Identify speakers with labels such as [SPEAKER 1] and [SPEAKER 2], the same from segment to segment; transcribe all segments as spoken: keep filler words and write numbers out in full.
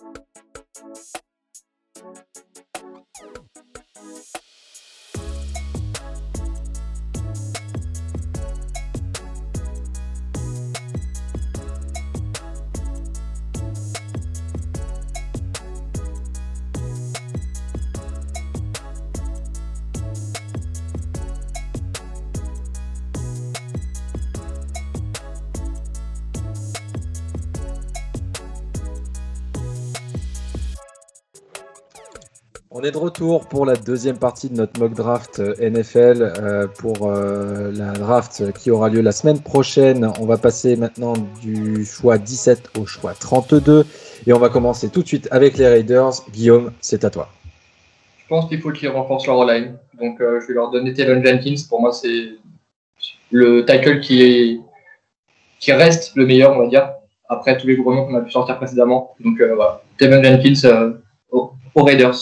[SPEAKER 1] On est de retour pour la deuxième partie de notre mock draft N F L euh, pour euh, la draft qui aura lieu la semaine prochaine. On va passer maintenant du choix dix-sept au choix trente-deux et on va commencer tout de suite avec les Raiders. Guillaume, c'est à toi.
[SPEAKER 2] Je pense qu'il faut qu'ils renforcent leur line. Donc euh, je vais leur donner Teven Jenkins. Pour moi, c'est le tackle qui, est... qui reste le meilleur, on va dire, après tous les gros noms qu'on a pu sortir précédemment. Donc euh, voilà, Teven Jenkins euh, aux... aux Raiders.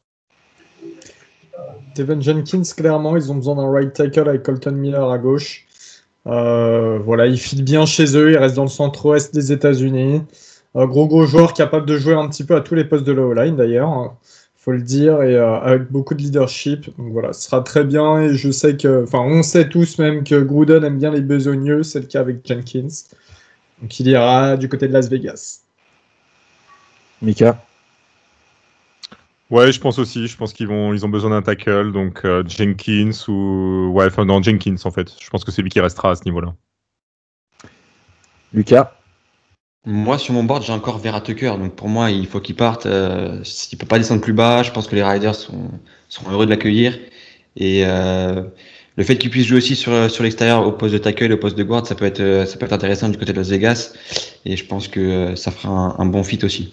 [SPEAKER 3] Teven Jenkins, clairement, ils ont besoin d'un right tackle avec Colton Miller à gauche. Euh, voilà, il fit bien chez eux, il reste dans le centre-ouest des États-Unis. Un gros gros joueur capable de jouer un petit peu à tous les postes de la O-line d'ailleurs, il faut le dire, et euh, avec beaucoup de leadership. Donc voilà, ce sera très bien. Et je sais que, enfin, on sait tous même que Gruden aime bien les besogneux, c'est le cas avec Jenkins. Donc il ira du côté de Las Vegas.
[SPEAKER 1] Mika?
[SPEAKER 4] Ouais, je pense aussi. Je pense qu'ils vont, ils ont besoin d'un tackle, donc euh, Jenkins ou ouais, enfin non Jenkins en fait. Je pense que c'est lui qui restera à ce niveau-là.
[SPEAKER 1] Lucas?
[SPEAKER 5] Moi, sur mon board, j'ai encore Vera Tucker, donc pour moi, il faut qu'il parte. Euh, il peut pas descendre plus bas. Je pense que les Riders sont, sont heureux de l'accueillir. Et euh, le fait qu'il puisse jouer aussi sur sur l'extérieur au poste de tackle, au poste de guard, ça peut être ça peut être intéressant du côté de Las Vegas. Et je pense que ça fera un, un bon fit aussi.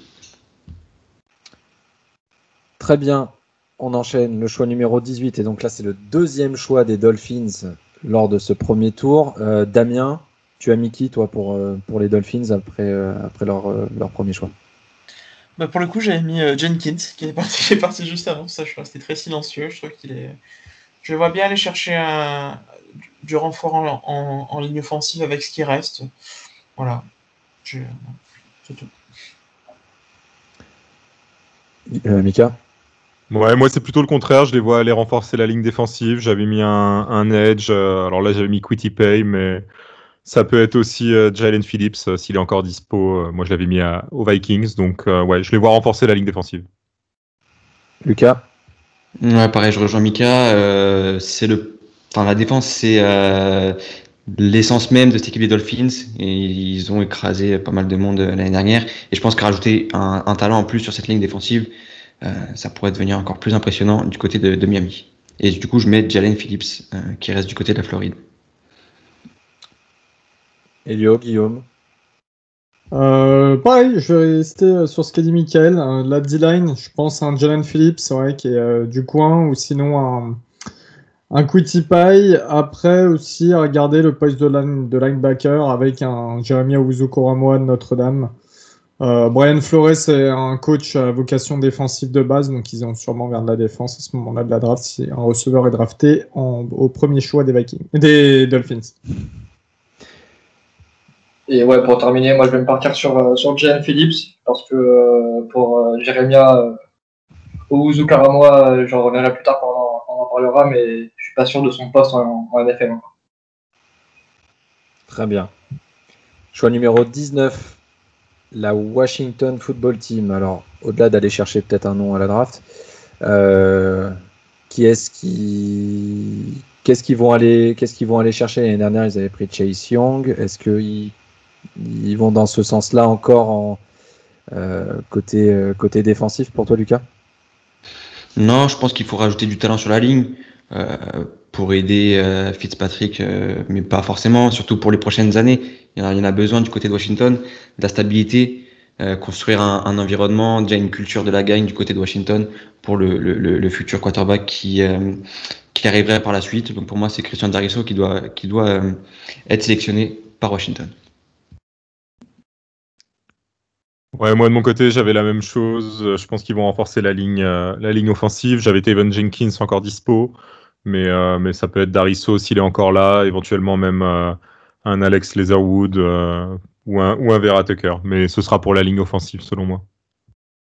[SPEAKER 1] Très bien, on enchaîne le choix numéro dix-huit et donc là c'est le deuxième choix des Dolphins lors de ce premier tour. Euh, Damien, tu as mis qui toi pour, euh, pour les Dolphins après, euh, après leur, euh, leur premier choix?
[SPEAKER 6] Bah pour le coup j'avais mis euh, Jenkins qui est, parti, qui est parti juste avant, ça je suis resté très silencieux, je trouve qu'il est... Je vois bien aller chercher un, du renfort en, en, en ligne offensive avec ce qui reste. Voilà, je... c'est tout.
[SPEAKER 1] Euh, Mika?
[SPEAKER 4] Ouais, moi c'est plutôt le contraire. Je les vois aller renforcer la ligne défensive. J'avais mis un, un edge. Euh, alors là j'avais mis Quitty Pay, mais ça peut être aussi euh, Jalen Phillips euh, s'il est encore dispo. Euh, moi je l'avais mis à, aux Vikings, donc euh, ouais, je les vois renforcer la ligne défensive.
[SPEAKER 1] Lucas?
[SPEAKER 5] Ouais, pareil, je rejoins Mika. Euh, c'est le, enfin la défense, c'est euh, l'essence même de cette équipe des Dolphins et ils ont écrasé pas mal de monde l'année dernière. Et je pense que rajouter un, un talent en plus sur cette ligne défensive, euh, ça pourrait devenir encore plus impressionnant du côté de, de Miami. Et du coup, je mets Jalen Phillips euh, qui reste du côté de la Floride.
[SPEAKER 1] Elio, Guillaume?
[SPEAKER 3] Euh, pareil, je vais rester sur ce qu'a dit Michael. Euh, la D-line, je pense à un Jalen Phillips, ouais, qui est euh, du coin, ou sinon un, un Quitty Pie. Après aussi, à regarder le poste de, line, de linebacker avec un Jeremy Owusu-Koramoah de Notre-Dame. Euh, Brian Flores est un coach à vocation défensive de base, donc ils ont sûrement vers de la défense à ce moment-là de la draft si un receveur est drafté en, au premier choix des Vikings, des Dolphins.
[SPEAKER 2] Et ouais, pour terminer, moi je vais me partir sur, euh, sur Jalen Phillips, parce que euh, pour euh, Jeremiah euh, Owusu-Koramoah, euh, j'en reviendrai plus tard quand on, on en parlera, mais je suis pas sûr de son poste en, en N F L encore.
[SPEAKER 1] Très bien. Choix numéro dix-neuf, la Washington Football Team. Alors, au-delà d'aller chercher peut-être un nom à la draft, euh, qui est-ce qui... Qu'est-ce qu'ils vont aller, qu'est-ce qu'ils vont aller chercher? L'année dernière, ils avaient pris Chase Young. Est-ce qu'ils ils vont dans ce sens-là encore en euh, côté, euh, côté défensif pour toi, Lucas?
[SPEAKER 5] Non, je pense qu'il faut rajouter du talent sur la ligne euh, pour aider euh, Fitzpatrick, euh, mais pas forcément, surtout pour les prochaines années. Il y en a, il y en a besoin du côté de Washington, de la stabilité, euh, construire un, un environnement, déjà une culture de la gagne du côté de Washington pour le, le, le futur quarterback qui, euh, qui arriverait par la suite. Donc pour moi, c'est Christian Darrisaw qui doit, qui doit euh, être sélectionné par Washington.
[SPEAKER 4] Ouais, moi de mon côté, j'avais la même chose. Je pense qu'ils vont renforcer la ligne, euh, la ligne offensive. J'avais Teven Jenkins encore dispo, mais euh, mais ça peut être Darrisaw s'il est encore là, éventuellement même euh, un Alex Leatherwood euh, ou un ou un Vera Tucker. Mais ce sera pour la ligne offensive selon moi.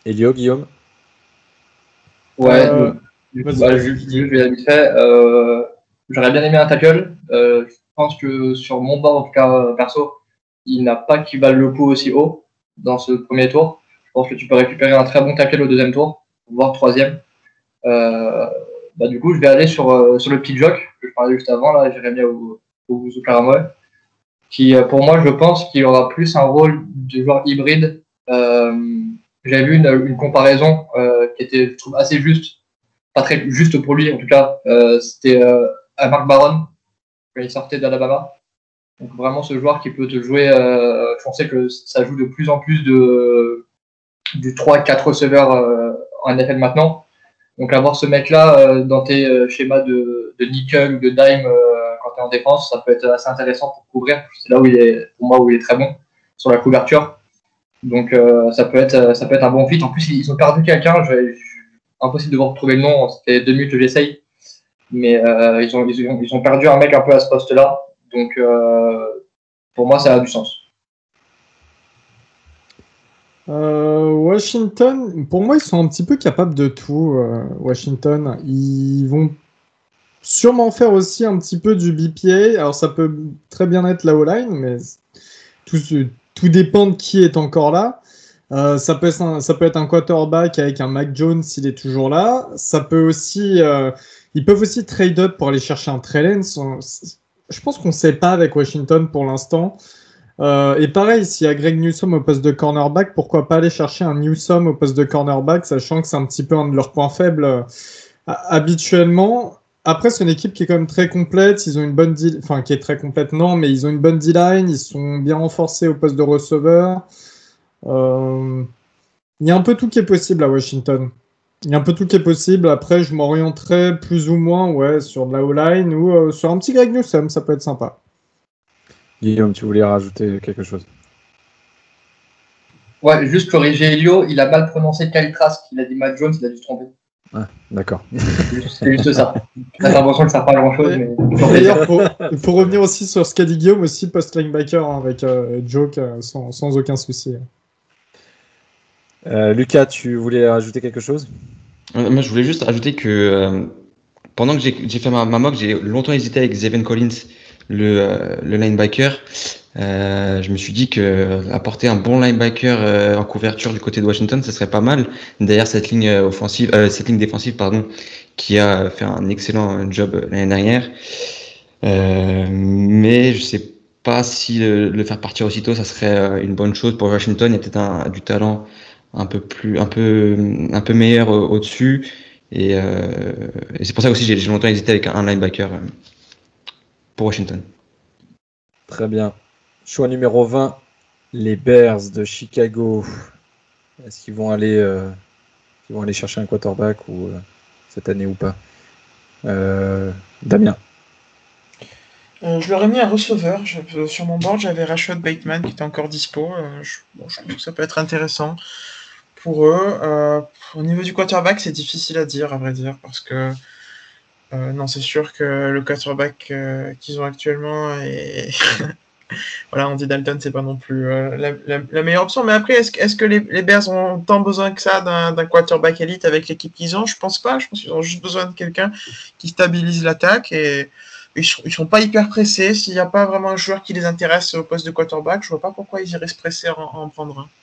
[SPEAKER 1] Elio, Guillaume?
[SPEAKER 2] Ouais,
[SPEAKER 3] Euh,
[SPEAKER 2] donc, du coup,
[SPEAKER 3] vas-y,
[SPEAKER 2] bah,
[SPEAKER 3] vas-y.
[SPEAKER 2] je, je vais vite fait. Euh, j'aurais bien aimé un tackle. Euh, je pense que sur mon bord, en tout cas euh, perso, il n'a pas qui valent le coup aussi haut dans ce premier tour. Je pense que tu peux récupérer un très bon tackle au deuxième tour, voire troisième. Euh, bah, du coup, je vais aller sur, euh, sur le petit jock que je parlais juste avant, là, Jérémy ou Ouzouklaramoy, qui, euh, pour moi, je pense qu'il aura plus un rôle de joueur hybride. Euh, J'avais vu une, une comparaison euh, qui était, je trouve, assez juste, pas très juste pour lui en tout cas. Euh, C'était euh, à Mark Barron, quand il sortait d'Alabama. Donc vraiment ce joueur qui peut te jouer, euh, je pensais que ça joue de plus en plus de, du trois quatre receveurs euh, en N F L maintenant. Donc avoir ce mec-là euh, dans tes euh, schémas de, de nickel ou de dime euh, quand tu es en défense, ça peut être assez intéressant pour couvrir. C'est là où il est, pour moi, où il est très bon sur la couverture. Donc euh, ça peut être, ça peut être un bon fit. En plus, ils ont perdu quelqu'un. Je, je, impossible de vous retrouver le nom. C'était deux minutes que j'essaye. Mais euh, ils, ont, ils, ont, ils ont perdu un mec un peu à ce poste-là. Donc euh, pour moi, ça a du sens.
[SPEAKER 3] Euh, Washington, pour moi, ils sont un petit peu capables de tout. euh, Washington, ils vont sûrement faire aussi un petit peu du B P A. Alors, ça peut très bien être la O-line, mais tout, tout dépend de qui est encore là. Euh, ça, peut être un, ça peut être un quarterback avec un Mac Jones s'il est toujours là. Ça peut aussi, euh, ils peuvent aussi trade up pour aller chercher un Trey Lance. Je pense qu'on ne sait pas avec Washington pour l'instant. Euh, et pareil, s'il y a Greg Newsome au poste de cornerback, pourquoi pas aller chercher un Newsome au poste de cornerback, sachant que c'est un petit peu un de leurs points faibles euh, habituellement. Après, c'est une équipe qui est quand même très complète. Ils ont une bonne D... enfin qui est très complète, non, mais ils ont une bonne D-line. Ils sont bien renforcés au poste de receveur. Euh... Il y a un peu tout qui est possible à Washington. Il y a un peu tout qui est possible. Après, je m'orienterai plus ou moins ouais, sur de la O-line ou euh, sur un petit Greg Newsome. Ça peut être sympa.
[SPEAKER 1] Guillaume, tu voulais rajouter quelque chose?
[SPEAKER 2] Ouais, juste corriger Elio, il a mal prononcé Kyle Trask. Il a dit Matt Jones, il a dû se tromper.
[SPEAKER 1] Ah, d'accord.
[SPEAKER 2] C'est juste ça. J'ai l'impression que ça ne sert pas à grand chose. Mais...
[SPEAKER 3] D'ailleurs, pour, pour revenir aussi sur ce qu'a dit Guillaume, aussi post-linebacker hein, avec euh, Joke euh, sans, sans aucun souci.
[SPEAKER 1] Euh, Lucas, tu voulais rajouter quelque chose?
[SPEAKER 5] Euh, Moi, je voulais juste rajouter que euh, pendant que j'ai j'ai fait ma, ma mock, j'ai longtemps hésité avec Zaven Collins, le, euh, le linebacker. Euh, je me suis dit que apporter un bon linebacker euh, en couverture du côté de Washington, ce serait pas mal. Derrière cette ligne offensive, euh, cette ligne défensive, pardon, qui a fait un excellent job l'année dernière. Euh, mais je sais pas si le, le faire partir aussitôt, ça serait une bonne chose pour Washington. Il y a peut-être un, du talent un peu plus, un peu, un peu meilleur au- au-dessus. Et, euh, et c'est pour ça aussi j'ai j'ai longtemps hésité avec un linebacker euh, pour Washington.
[SPEAKER 1] Très bien. Choix numéro vingt, les Bears de Chicago. Est-ce qu'ils vont aller, euh, ils vont aller chercher un quarterback ou euh, cette année ou pas? euh, Damien.
[SPEAKER 6] Euh, je leur ai mis un receveur. Je- sur mon board, j'avais Rashad Bateman qui était encore dispo. Euh, je, bon, je trouve que ça peut être intéressant pour eux. Euh, au niveau du quarterback, c'est difficile à dire, à vrai dire, parce que euh, non, c'est sûr que le quarterback euh, qu'ils ont actuellement est voilà, Andy Dalton, c'est pas non plus euh, la, la- la meilleure option. Mais après, est-ce, que- est-ce que les, les Bears ont tant besoin que ça d'un, d'un quarterback élite avec l'équipe qu'ils ont? Je pense pas. Je pense qu'ils ont juste besoin de quelqu'un qui stabilise l'attaque et ils sont, ils sont pas hyper pressés. S'il n'y a pas vraiment un joueur qui les intéresse au poste de quarterback, je vois pas pourquoi ils iraient se presser à en, à en prendre un.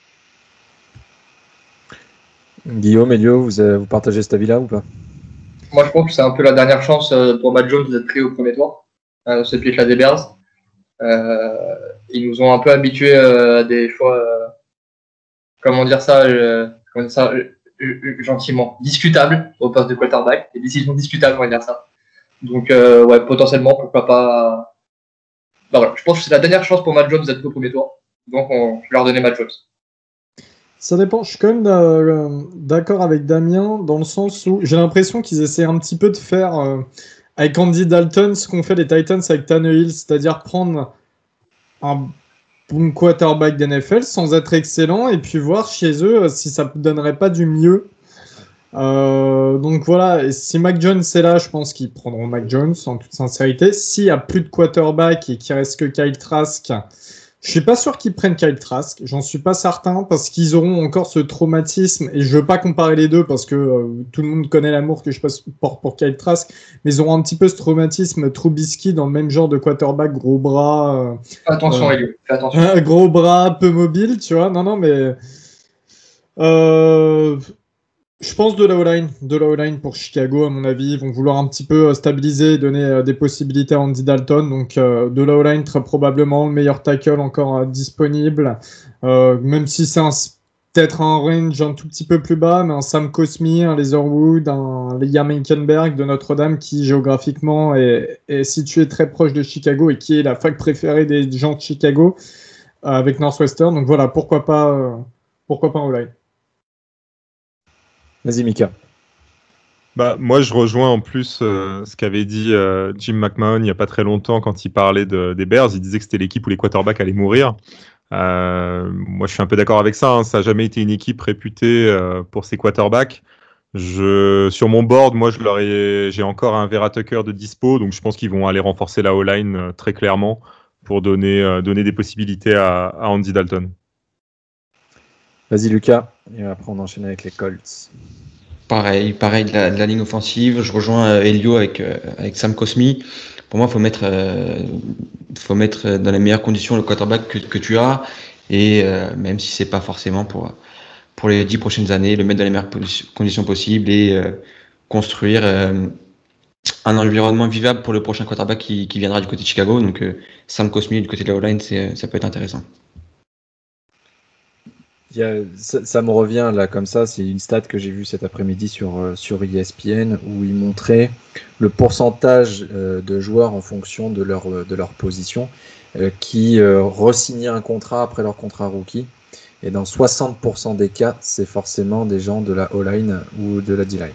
[SPEAKER 1] Guillaume, Elio, vous, euh, vous partagez cet avis-là ou pas?
[SPEAKER 2] Moi, je pense que c'est un peu la dernière chance euh, pour Matt Jones d'être pris au premier tour. Euh, ce pied-là des Bears. Euh, ils nous ont un peu habitués euh, à des choix, euh, comment dire ça, euh, comment dire ça euh, euh, gentiment, discutables au poste de quarterback. Des décisions discutables, on va dire ça. Donc, euh, ouais, potentiellement, pourquoi pas. Bah, voilà. Je pense que c'est la dernière chance pour Matt Jones d'être au premier tour. Donc, on, je vais leur donner Matt Jones.
[SPEAKER 3] Ça dépend. Je suis quand même euh, d'accord avec Damien dans le sens où j'ai l'impression qu'ils essaient un petit peu de faire euh, avec Andy Dalton ce qu'ont fait les Titans avec Tannehill, c'est-à-dire prendre un bon quarterback d'N F L sans être excellent et puis voir chez eux euh, si ça ne donnerait pas du mieux. Euh, donc voilà, et si Mac Jones est là, je pense qu'ils prendront Mac Jones en toute sincérité. S'il n'y a plus de quarterback et qu'il reste que Kyle Trask, Je suis pas sûr qu'ils prennent Kyle Trask, j'en suis pas certain parce qu'ils auront encore ce traumatisme et je veux pas comparer les deux parce que euh, tout le monde connaît l'amour que je porte pour Kyle Trask, mais ils auront un petit peu ce traumatisme Trubisky dans le même genre de quarterback, gros bras. Euh,
[SPEAKER 2] attention, euh, Elio, fais attention.
[SPEAKER 3] Euh, gros bras, peu mobile, tu vois. Non, non, mais euh, je pense de la O-line, de la O-line pour Chicago, à mon avis. Ils vont vouloir un petit peu stabiliser et donner euh, des possibilités à Andy Dalton. Donc, euh, de la O-line, très probablement le meilleur tackle encore euh, disponible. Euh, même si c'est un, peut-être un range un tout petit peu plus bas, mais un Sam Cosmi, un Leatherwood, un Liam Hülkenberg de Notre-Dame qui, géographiquement, est, est situé très proche de Chicago et qui est la fac préférée des gens de Chicago euh, avec Northwestern. Donc, voilà, pourquoi pas, euh, pourquoi pas en O-line.
[SPEAKER 1] Vas-y, Mika.
[SPEAKER 4] Bah, moi, je rejoins en plus euh, ce qu'avait dit euh, Jim McMahon il n'y a pas très longtemps quand il parlait de, des Bears. Il disait que c'était l'équipe où les quarterbacks allaient mourir. Euh, moi, je suis un peu d'accord avec ça. Hein. Ça n'a jamais été une équipe réputée euh, pour ses quarterbacks. Je, sur mon board, moi, je leur ai, j'ai encore un Vera Tucker de dispo, donc je pense qu'ils vont aller renforcer la O-line euh, très clairement pour donner, euh, donner des possibilités à, à Andy Dalton.
[SPEAKER 1] Vas-y, Lucas, et après on enchaîne avec les Colts.
[SPEAKER 5] Pareil, pareil de la, de la ligne offensive. Je rejoins euh, Elio avec, euh, avec Sam Cosmi. Pour moi, il faut mettre, euh, faut mettre dans les meilleures conditions le quarterback que, que tu as. Et euh, même si c'est pas forcément pour, pour les dix prochaines années, le mettre dans les meilleures conditions possibles et euh, construire euh, un environnement vivable pour le prochain quarterback qui, qui viendra du côté de Chicago. Donc, euh, Sam Cosmi du côté de la O-line, c'est, ça peut être intéressant.
[SPEAKER 1] Il y a, ça, ça me revient là comme ça, c'est une stat que j'ai vue cet après-midi sur, euh, sur E S P N où il montrait le pourcentage euh, de joueurs en fonction de leur, de leur position euh, qui euh, re-signaient un contrat après leur contrat rookie. Et dans soixante pour cent des cas, c'est forcément des gens de la O-line ou de la D-line.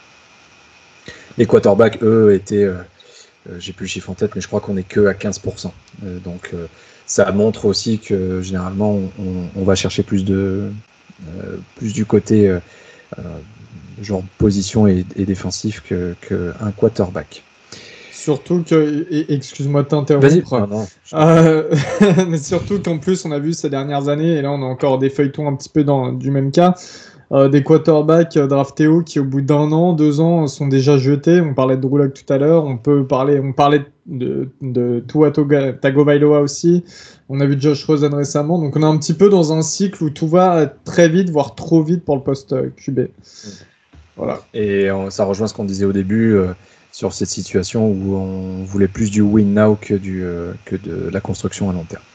[SPEAKER 1] Les quarterbacks, eux, étaient, euh, euh, j'ai plus le chiffre en tête, mais je crois qu'on est que à quinze pour cent. Euh, donc euh, ça montre aussi que généralement on, on, on va chercher plus de euh, plus du côté euh, euh, genre position et, et défensif que, que un quarterback.
[SPEAKER 3] Surtout que, et, excuse-moi de t'interrompre,
[SPEAKER 1] non, non,
[SPEAKER 3] euh, mais surtout qu'en plus on a vu ces dernières années, et là on a encore des feuilletons un petit peu dans du même cas, euh, des quarterbacks draftés haut qui au bout d'un an, deux ans sont déjà jetés. On parlait de Drew Lock tout à l'heure, on peut parler, on parlait de, de Tua Tagovailoa aussi, on a vu Josh Rosen récemment, donc on est un petit peu dans un cycle où tout va très vite, voire trop vite pour le poste Q B. Voilà.
[SPEAKER 1] Et on, ça rejoint ce qu'on disait au début euh, sur cette situation où on voulait plus du win now que, du, euh, que de la construction à long terme.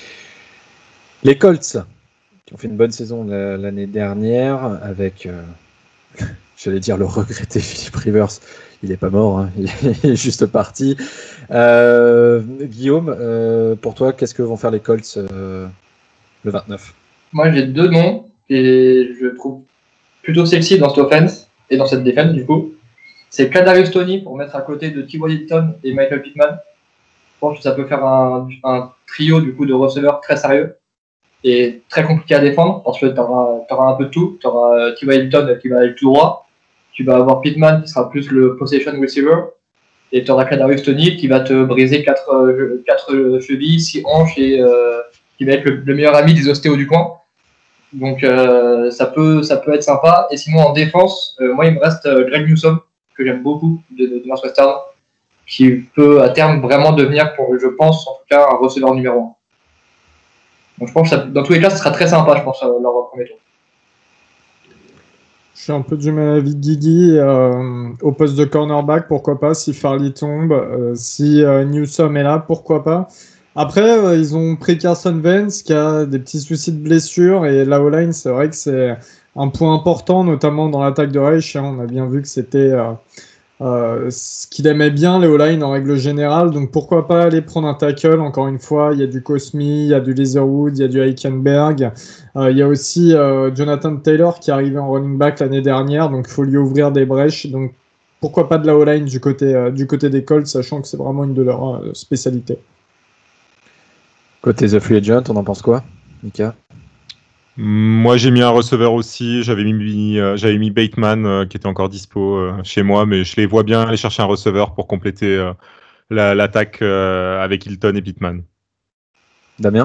[SPEAKER 1] Les Colts, qui ont fait une bonne saison l'année dernière avec, euh, j'allais dire le regretté Philip Rivers, il n'est pas mort, hein, il est juste parti. Euh, Guillaume, euh, pour toi, qu'est-ce que vont faire les Colts euh, le vingt-neuf ?
[SPEAKER 2] Moi, j'ai deux noms et je trouve plutôt sexy dans cette offense et dans cette défense, du coup. C'est Kadarius Toney pour mettre à côté de T Y. Hilton et Michael Pittman. Je pense que ça peut faire un, un trio du coup de receveurs très sérieux et très compliqué à défendre parce que tu auras un peu de tout. Tu auras T Y. Hilton qui va aller tout droit. Tu vas avoir Pittman qui sera plus le possession receiver. Et tu auras Kadarius Toney qui va te briser quatre, euh, quatre chevilles, six hanches et euh, qui va être le, le meilleur ami des ostéos du coin. Donc euh, ça peut ça peut être sympa. Et sinon en défense, euh, moi il me reste euh, Greg Newsome, que j'aime beaucoup, de, de, de Northwestern, qui peut à terme vraiment devenir, pour, je pense, en tout cas, un receveur numéro un. Donc je pense que ça, dans tous les cas, ce sera très sympa, je pense, leur premier tour.
[SPEAKER 3] Je suis un peu du même avis de Guigui. Euh, au poste de cornerback, pourquoi pas, si Farley tombe, euh, si euh, Newsome est là, pourquoi pas. Après, euh, ils ont pris Carson Wentz qui a des petits soucis de blessure et la O-line, c'est vrai que c'est un point important, notamment dans l'attaque de Reich. Hein. On a bien vu que c'était euh, euh, ce qu'il aimait bien, les O-line en règle générale. Donc pourquoi pas aller prendre un tackle. Encore une fois, il y a du Cosmi, il y a du Leatherwood, il y a du Hülkenberg. Euh, il y a aussi euh, Jonathan Taylor qui est arrivé en running back l'année dernière. Donc il faut lui ouvrir des brèches. Donc pourquoi pas de la O-line du côté, euh, du côté des Colts, sachant que c'est vraiment une de leurs euh, spécialités.
[SPEAKER 1] Côté The Free Agent, on en pense quoi, Mika ?
[SPEAKER 4] Moi, j'ai mis un receveur aussi. J'avais mis, euh, j'avais mis Bateman euh, qui était encore dispo euh, chez moi, mais je les vois bien aller chercher un receveur pour compléter euh, la, l'attaque euh, avec Hilton et Pittman.
[SPEAKER 1] Damien ?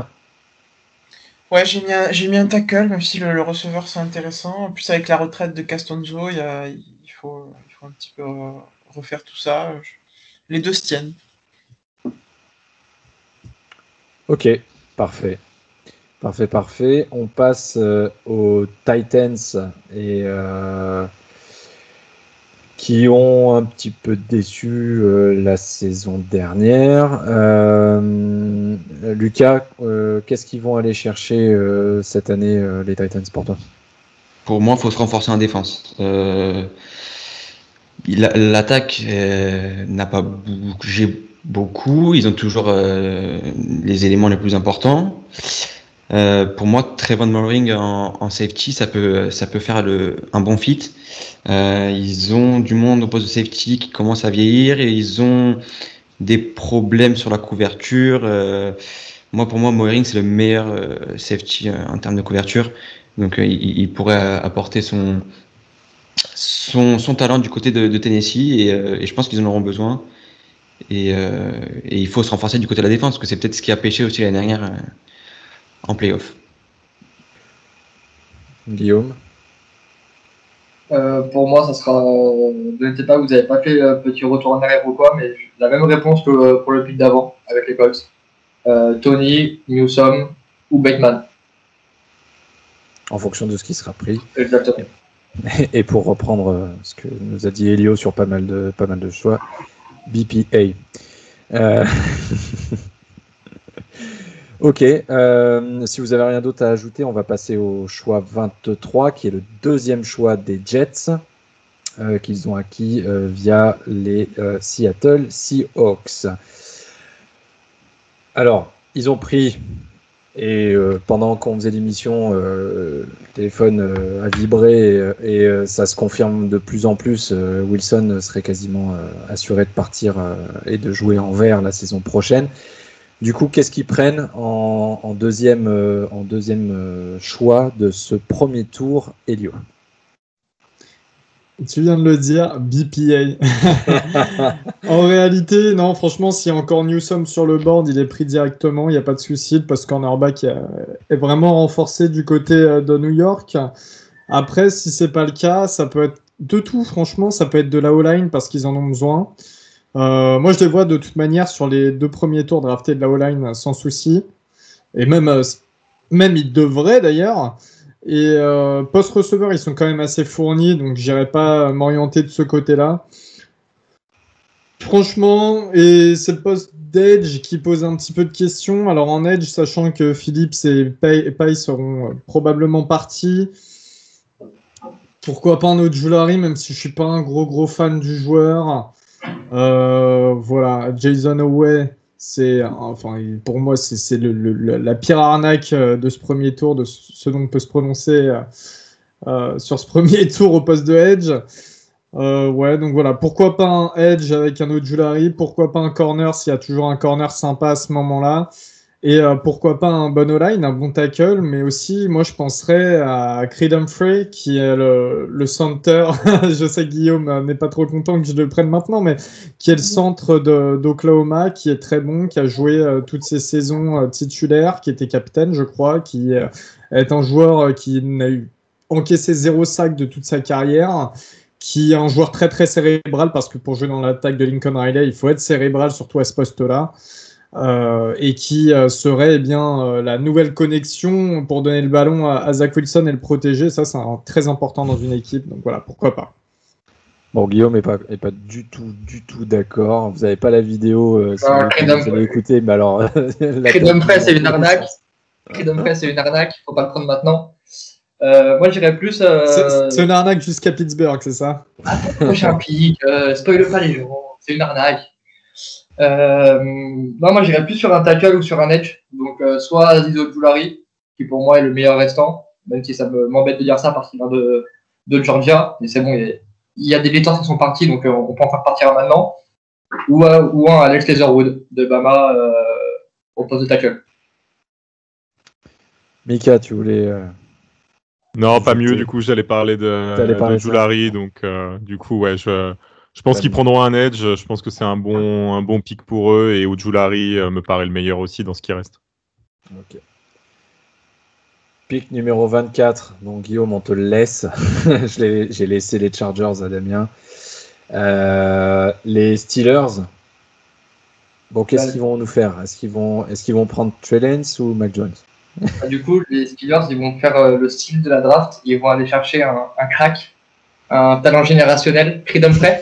[SPEAKER 6] Ouais, j'ai mis, un, j'ai mis un tackle, même si le, le receveur c'est intéressant. En plus, avec la retraite de Castonzo, il, y a, il, faut, il faut un petit peu refaire tout ça. Les deux se tiennent.
[SPEAKER 1] Ok, parfait. Parfait, parfait. On passe euh, aux Titans et euh, qui ont un petit peu déçu euh, la saison dernière. Euh, Lucas, euh, qu'est-ce qu'ils vont aller chercher euh, cette année, euh, les Titans, pour toi?
[SPEAKER 5] Pour moi, il faut se renforcer en défense. Euh, L'attaque euh, n'a pas bougé beaucoup. Ils ont toujours euh, les éléments les plus importants. Euh, pour moi, Trevon Moehrig en, en safety, ça peut, ça peut faire le, un bon fit. Euh, ils ont du monde au poste de safety qui commence à vieillir et ils ont des problèmes sur la couverture. Euh, moi, pour moi, Moehrig, c'est le meilleur euh, safety euh, en termes de couverture. Donc, euh, il, il pourrait apporter son, son, son talent du côté de, de Tennessee et, euh, et je pense qu'ils en auront besoin. Et, euh, et il faut se renforcer du côté de la défense, parce que c'est peut-être ce qui a pêché aussi l'année dernière euh, en playoff.
[SPEAKER 1] Guillaume?
[SPEAKER 2] Euh, pour moi, ça sera. Ne sais pas, vous n'avez pas fait un petit retour en arrière ou quoi, mais la même réponse que pour le pick d'avant avec les Colts. Euh, Tony, Newsom ou Bateman.
[SPEAKER 1] En fonction de ce qui sera pris.
[SPEAKER 2] Exactement.
[SPEAKER 1] Et pour reprendre ce que nous a dit Elio sur pas mal de, pas mal de choix, B P A. Euh... ok, euh, si vous avez rien d'autre à ajouter, on va passer au choix vingt-trois, qui est le deuxième choix des Jets, euh, qu'ils ont acquis euh, via les euh, Seattle Seahawks. Alors, ils ont pris, et euh, pendant qu'on faisait l'émission, euh, le téléphone euh, a vibré, et, et euh, ça se confirme de plus en plus, euh, Wilson serait quasiment euh, assuré de partir euh, et de jouer en vert la saison prochaine. Du coup, qu'est-ce qu'ils prennent en, en deuxième, euh, en deuxième euh, choix de ce premier tour, Elio?
[SPEAKER 3] Tu viens de le dire, B P A. En réalité, non, franchement, s'il y a encore Newsom sur le board, il est pris directement, il n'y a pas de souci, parce que cornerback est vraiment renforcé du côté de New York. Après, si c'est pas le cas, ça peut être de tout, franchement, ça peut être de la O-line parce qu'ils en ont besoin. Euh, moi, je les vois de toute manière sur les deux premiers tours draftés de la O-line sans souci. Et même, euh, même ils devraient d'ailleurs. Et euh, post-receveur, ils sont quand même assez fournis, donc j'irai pas m'orienter de ce côté-là. Franchement, et c'est le poste d'Edge qui pose un petit peu de questions. Alors en Edge, sachant que Phillips et Pay, Pay seront probablement partis, pourquoi pas un Ojulari, même si je suis pas un gros gros fan du joueur. Euh, voilà, Jason Oweh, c'est, enfin, pour moi, c'est, c'est le, le, la pire arnaque de ce premier tour, de ce dont on peut se prononcer euh, sur ce premier tour au poste de Edge. Euh, ouais, donc voilà, pourquoi pas un Edge avec un Ojulari, pourquoi pas un corner s'il y a toujours un corner sympa à ce moment-là. Et euh, pourquoi pas un bon O-line, un bon tackle, mais aussi, moi, je penserais à Creed Humphrey, qui est le, le center. Je sais que Guillaume n'est pas trop content que je le prenne maintenant, mais qui est le centre de, d'Oklahoma, qui est très bon, qui a joué euh, toutes ces saisons euh, titulaires, qui était capitaine, je crois, qui euh, est un joueur euh, qui n'a eu encaissé zéro sac de toute sa carrière, qui est un joueur très, très cérébral, parce que pour jouer dans l'attaque de Lincoln Riley, il faut être cérébral, surtout à ce poste-là. Euh, et qui euh, serait eh bien euh, la nouvelle connexion pour donner le ballon à, à Zach Wilson et le protéger. Ça, c'est un, très important dans une équipe. Donc voilà, pourquoi pas.
[SPEAKER 1] Bon, Guillaume n'est pas, est pas du tout, du tout d'accord. Vous n'avez pas la vidéo, euh, si
[SPEAKER 2] Ah,
[SPEAKER 1] vous, vous allez écouter, mais alors...
[SPEAKER 2] Creed Humphrey, c'est une arnaque. Creed Humphrey, c'est une arnaque. Il ne faut pas le prendre maintenant. Euh, moi, j'irais plus... Euh...
[SPEAKER 3] C'est, c'est une arnaque jusqu'à Pittsburgh, c'est ça?
[SPEAKER 2] Prochain pick, euh, spoil pas les gens. C'est une arnaque. Euh, non, moi j'irais plus sur un tackle ou sur un edge. Donc euh, soit Aziz Ojulari, qui pour moi est le meilleur restant, même si ça me, m'embête de dire ça parce qu'il vient de, de Georgia, mais c'est bon, il y a, il y a des leaders qui sont partis, donc euh, on peut en faire partir maintenant. Ou, euh, ou un Alex Leatherwood de Bama euh, au poste de tackle.
[SPEAKER 1] Mika, tu voulais... Euh...
[SPEAKER 4] Non, pas mieux, du coup j'allais parler de, de Ojulari, donc euh, du coup ouais, je... Je pense qu'ils prendront un edge. Je pense que c'est un bon, un bon pick pour eux. Et Ojulari euh, me paraît le meilleur aussi dans ce qui reste.
[SPEAKER 1] Ok. Pick numéro vingt-quatre. Donc, Guillaume, on te le laisse. Je l'ai- J'ai laissé les Chargers à Damien. Euh, les Steelers. Bon, qu'est-ce
[SPEAKER 2] Ouais.
[SPEAKER 1] qu'ils vont nous faire? Est-ce qu'ils vont, est-ce qu'ils vont prendre Trey Lance ou Mac Jones?
[SPEAKER 2] Bah, du coup, les Steelers, ils vont faire euh, le style de la draft. Ils vont aller chercher un, un crack, un talent générationnel, Freedom Frey.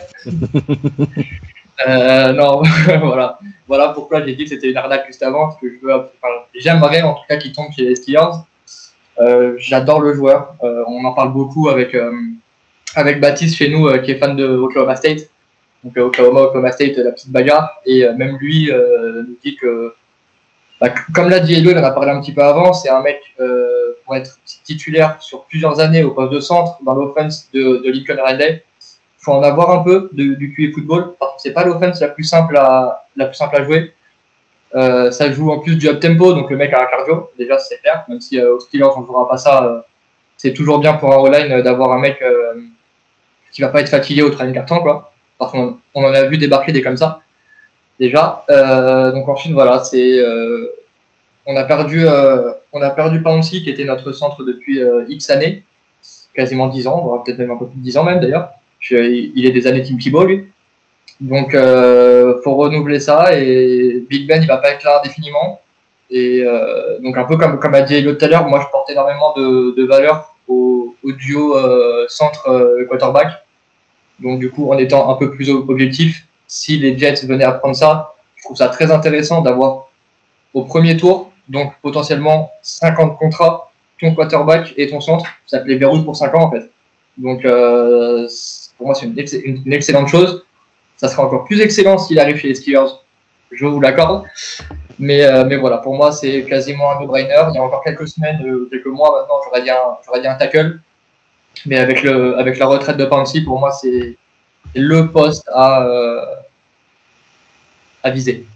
[SPEAKER 2] euh, non, voilà. Voilà pourquoi j'ai dit que c'était une arnaque juste avant. Parce que je veux, enfin, j'aimerais en tout cas qu'il tombe chez les Steelers. Euh, j'adore le joueur. Euh, on en parle beaucoup avec, euh, avec Baptiste chez nous, euh, qui est fan de Oklahoma State. Donc, euh, Oklahoma, Oklahoma State, la petite bagarre. Et euh, même lui euh, nous dit que, bah, comme l'a dit Elio, il en a parlé un petit peu avant, c'est un mec euh, pour être titulaire sur plusieurs années au poste de centre dans l'offense de, de Lincoln Riley. Il faut en avoir un peu de, du Q I football, parce que c'est pas l'offense la plus simple à, la plus simple à jouer. Euh, ça joue en plus du up tempo, donc le mec a un cardio, déjà c'est clair, même si euh, aux Steelers on ne jouera pas ça, euh, c'est toujours bien pour un O-line euh, d'avoir un mec euh, qui va pas être fatigué au troisième quart-temps, quoi. Parce qu'on on en a vu débarquer des comme ça déjà. Euh, donc ensuite voilà, c'est euh, on a perdu euh, on a perdu Pouncey qui était notre centre depuis euh, X années, quasiment dix ans, voire peut-être même un peu plus de dix ans même d'ailleurs. Je, il est des années Tim Tebow lui. Donc euh, faut renouveler ça et Big Ben il va pas être là indéfiniment. Et euh, donc un peu comme comme a dit Elliot tout à l'heure, moi je porte énormément de, de valeur au, au duo euh, centre euh, quarterback. Donc du coup en étant un peu plus objectif, si les Jets venaient à prendre ça, je trouve ça très intéressant d'avoir au premier tour, donc potentiellement cinquante contrats, ton quarterback et ton centre, ça te les verrouille pour cinq ans en fait. Donc euh, pour moi c'est une, ex- une, une excellente chose. Ça sera encore plus excellent s'il arrive chez les Steelers, je vous l'accorde. Mais, euh, mais voilà, pour moi, c'est quasiment un no-brainer. Il y a encore quelques semaines, euh, quelques mois maintenant, j'aurais dit un, j'aurais dit un tackle. Mais avec, le, avec la retraite de Pouncey, pour moi, c'est le poste à, euh, à viser.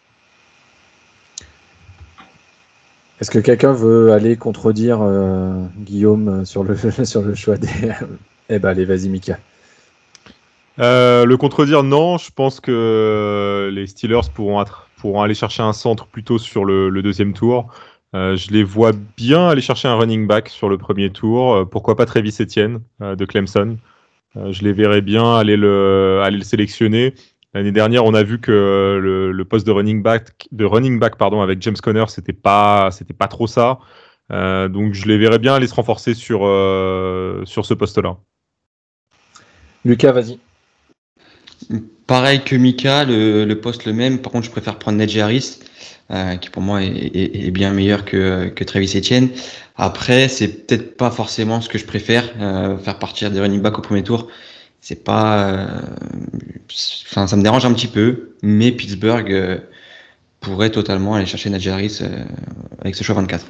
[SPEAKER 1] Est-ce que quelqu'un veut aller contredire euh, Guillaume sur le, sur le choix des. Eh ben, allez, vas-y, Mika.
[SPEAKER 4] Euh, le contredire, non. Je pense que euh, les Steelers pourront, être, pourront aller chercher un centre plutôt sur le, le deuxième tour. Euh, je les vois bien aller chercher un running back sur le premier tour. Euh, pourquoi pas Travis Etienne euh, de Clemson. Euh, je les verrais bien aller le, aller le sélectionner. L'année dernière, on a vu que le, le poste de running back, de running back pardon, avec James Conner, c'était pas, c'était pas trop ça. Euh, donc je les verrais bien aller se renforcer sur, euh, sur ce poste-là.
[SPEAKER 1] Lucas, vas-y.
[SPEAKER 5] Pareil que Mika, le, le poste le même. Par contre, je préfère prendre Najee Harris, euh, qui pour moi est, est, est bien meilleur que, que Travis Etienne. Après, c'est peut-être pas forcément ce que je préfère, euh, faire partir des running backs au premier tour. C'est pas, euh, enfin, ça me dérange un petit peu, mais Pittsburgh euh, pourrait totalement aller chercher Najee Harris euh, avec ce choix vingt-quatre.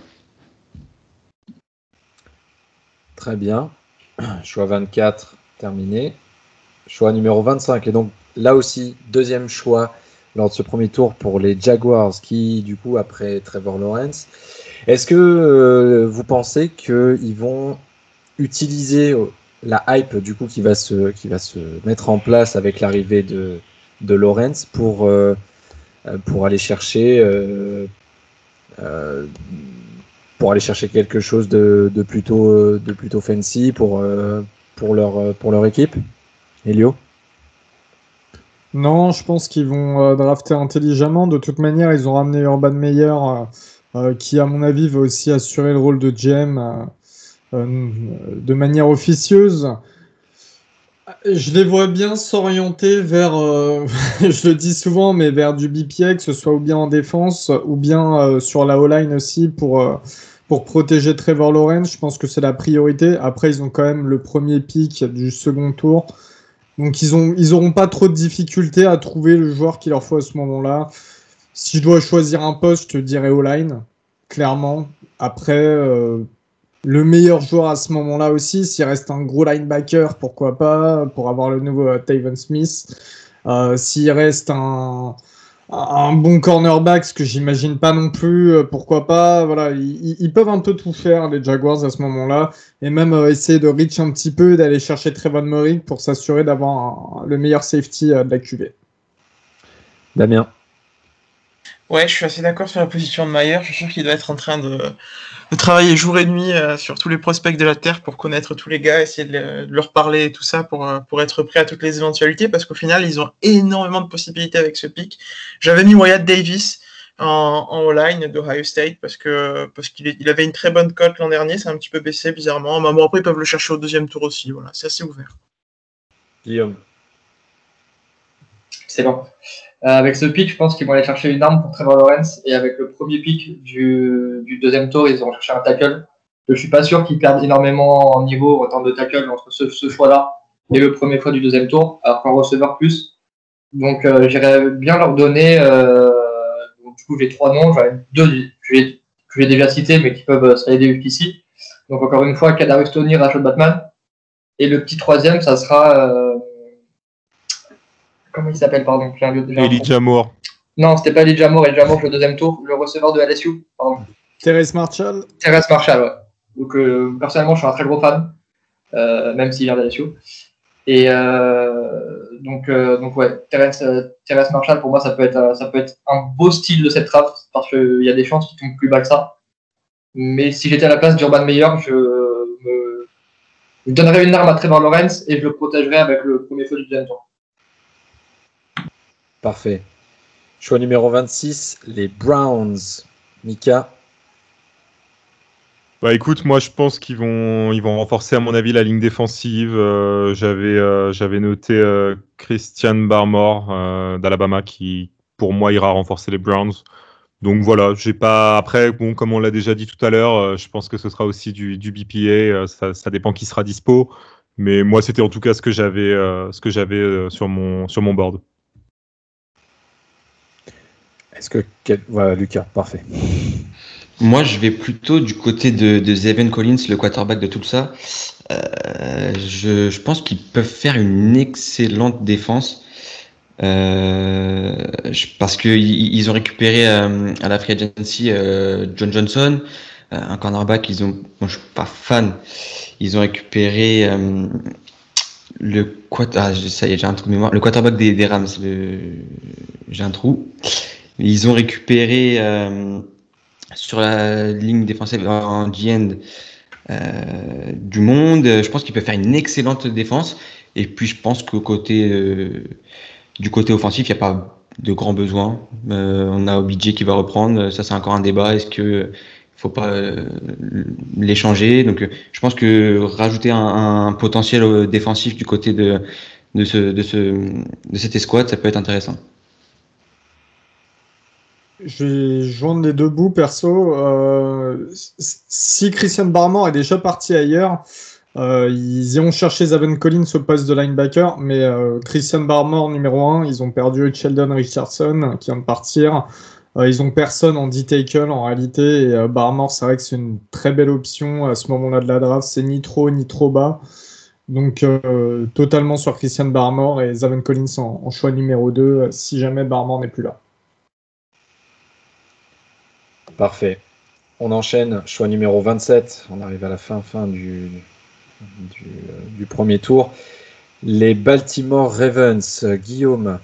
[SPEAKER 1] Très bien. Choix vingt-quatre, terminé. Choix numéro vingt-cinq. Et donc, là aussi, deuxième choix lors de ce premier tour pour les Jaguars qui, du coup, après Trevor Lawrence, est-ce que euh, vous pensez qu'ils vont utiliser la hype, du coup, qui va se, qui va se mettre en place avec l'arrivée de, de Lawrence pour, euh, pour aller chercher euh, euh, pour aller chercher quelque chose de, de, plutôt, de plutôt fancy pour, euh, pour, leur, pour leur équipe? Elio?
[SPEAKER 3] Non, je pense qu'ils vont euh, drafter intelligemment. De toute manière, ils ont ramené Urban Meyer, euh, euh, qui, à mon avis, va aussi assurer le rôle de G M euh, euh, de manière officieuse. Je les vois bien s'orienter vers, euh, je le dis souvent, mais vers du B P A, que ce soit ou bien en défense ou bien euh, sur la O-line aussi pour, euh, pour protéger Trevor Lawrence. Je pense que c'est la priorité. Après, ils ont quand même le premier pick du second tour. Donc, ils ont, ils auront pas trop de difficultés à trouver le joueur qu'il leur faut à ce moment-là. Si je dois choisir un poste, je dirais O-line, clairement. Après, euh, le meilleur joueur à ce moment-là aussi, s'il reste un gros linebacker, pourquoi pas, pour avoir le nouveau euh, Tyron Smith. Euh, s'il reste un, un bon cornerback, ce que j'imagine pas non plus, euh, pourquoi pas. Voilà, ils, ils peuvent un peu tout faire, les Jaguars, à ce moment-là, et même euh, essayer de reach un petit peu, d'aller chercher Trevon Moehrig pour s'assurer d'avoir un, le meilleur safety euh, de la Q V.
[SPEAKER 1] Damien?
[SPEAKER 6] Ouais, je suis assez d'accord sur la position de Mayer. Je suis sûr qu'il doit être en train de, de travailler jour et nuit euh, sur tous les prospects de la Terre pour connaître tous les gars, essayer de, le- de leur parler et tout ça pour, euh, pour être prêt à toutes les éventualités parce qu'au final, ils ont énormément de possibilités avec ce pick. J'avais mis Wyatt Davis en, en O-line d'Ohio State parce que parce qu'il est- il avait une très bonne cote l'an dernier. C'est un petit peu baissé bizarrement. Mais bon, après, ils peuvent le chercher au deuxième tour aussi. Voilà, c'est assez ouvert.
[SPEAKER 1] Guillaume.
[SPEAKER 2] C'est bon. Euh, avec ce pick, je pense qu'ils vont aller chercher une arme pour Trevor Lawrence. Et avec le premier pick du, du deuxième tour, ils vont chercher un tackle. Je suis pas sûr qu'ils perdent énormément en niveau en termes de tackle entre ce, ce choix-là et le premier choix du deuxième tour, alors qu'en receveur plus. Donc euh, j'irais bien leur donner. Euh, donc, du coup, j'ai trois noms. J'en ai deux que j'ai, que j'ai déjà cités, mais qui peuvent se aider jusqu'ici. Donc encore une fois, Kadarius Toney, Rashad Batman. Et le petit troisième, ça sera... Euh, comment il s'appelle, pardon j'ai un, j'ai un
[SPEAKER 4] Elijah Moore.
[SPEAKER 2] Non, c'était pas Elijah Moore. Elijah Moore, le deuxième tour, le receveur de L S U. Pardon.
[SPEAKER 3] Terrace Marshall.
[SPEAKER 2] Terrace Marshall, ouais. Donc, euh, personnellement, je suis un très gros fan, euh, même s'il vient de L S U. Et euh, donc, euh, donc, ouais, Terrace, euh, Terrace Marshall, pour moi, ça peut, être, euh, ça peut être un beau style de cette draft parce qu'il y a des chances qu'il tombe plus bas que ça. Mais si j'étais à la place d'Urban Meyer, je me je donnerais une arme à Trevor Lawrence et je le protégerais avec le premier feu du deuxième tour.
[SPEAKER 1] Parfait. Choix numéro vingt-six, les Browns. Mika.
[SPEAKER 4] Bah écoute, moi je pense qu'ils vont, ils vont renforcer à mon avis la ligne défensive. Euh, j'avais, euh, j'avais noté euh, Christian Barmore euh, d'Alabama qui, pour moi, ira renforcer les Browns. Donc voilà, j'ai pas. Après, bon, comme on l'a déjà dit tout à l'heure, euh, je pense que ce sera aussi du, du B P A. Euh, ça, ça dépend qui sera dispo. Mais moi, c'était en tout cas ce que j'avais, euh, ce que j'avais euh, sur mon, sur mon board.
[SPEAKER 1] Est-ce que. Quel... Voilà, Lucas, parfait.
[SPEAKER 5] Moi, je vais plutôt du côté de, de Zaven Collins, le quarterback de Tulsa. Euh, je, je pense qu'ils peuvent faire une excellente défense. Euh, je- parce que ils ils ont récupéré euh, à la free agency euh, John Johnson, euh, un cornerback. Ils ont, moi je suis pas fan. Ils ont récupéré euh, le quat- ah, je- ça y est, j'ai un trou de mémoire. Le quarterback des, des Rams. Le, j'ai un trou. Ils ont récupéré euh, sur la ligne défensive en G-end euh, du monde. Je pense qu'ils peuvent faire une excellente défense. Et puis je pense qu'au côté euh, du côté offensif, il n'y a pas de grands besoins. Euh, on a O B J qui va reprendre. Ça, c'est encore un débat. Est-ce que faut pas euh, l'échanger? Donc, euh, je pense que rajouter un, un potentiel euh, défensif du côté de de ce de ce de cette escouade, ça peut être intéressant.
[SPEAKER 3] Je vais joindre les deux bouts, perso. Euh, si Christian Barmore est déjà parti ailleurs, euh, ils iront chercher Zaven Collins au poste de linebacker, mais euh, Christian Barmore numéro un, ils ont perdu Sheldon Richardson qui vient de partir. Euh, ils ont personne en D-tackle en réalité, et euh, Barmore, c'est vrai que c'est une très belle option à ce moment-là de la draft. C'est ni trop ni trop bas. Donc euh, totalement sur Christian Barmore et Zaven Collins en, en choix numéro deux, si jamais Barmore n'est plus là.
[SPEAKER 1] Parfait. On enchaîne. Choix numéro vingt-sept. On arrive à la fin, fin du, du, euh, du premier tour. Les Baltimore Ravens. Guillaume.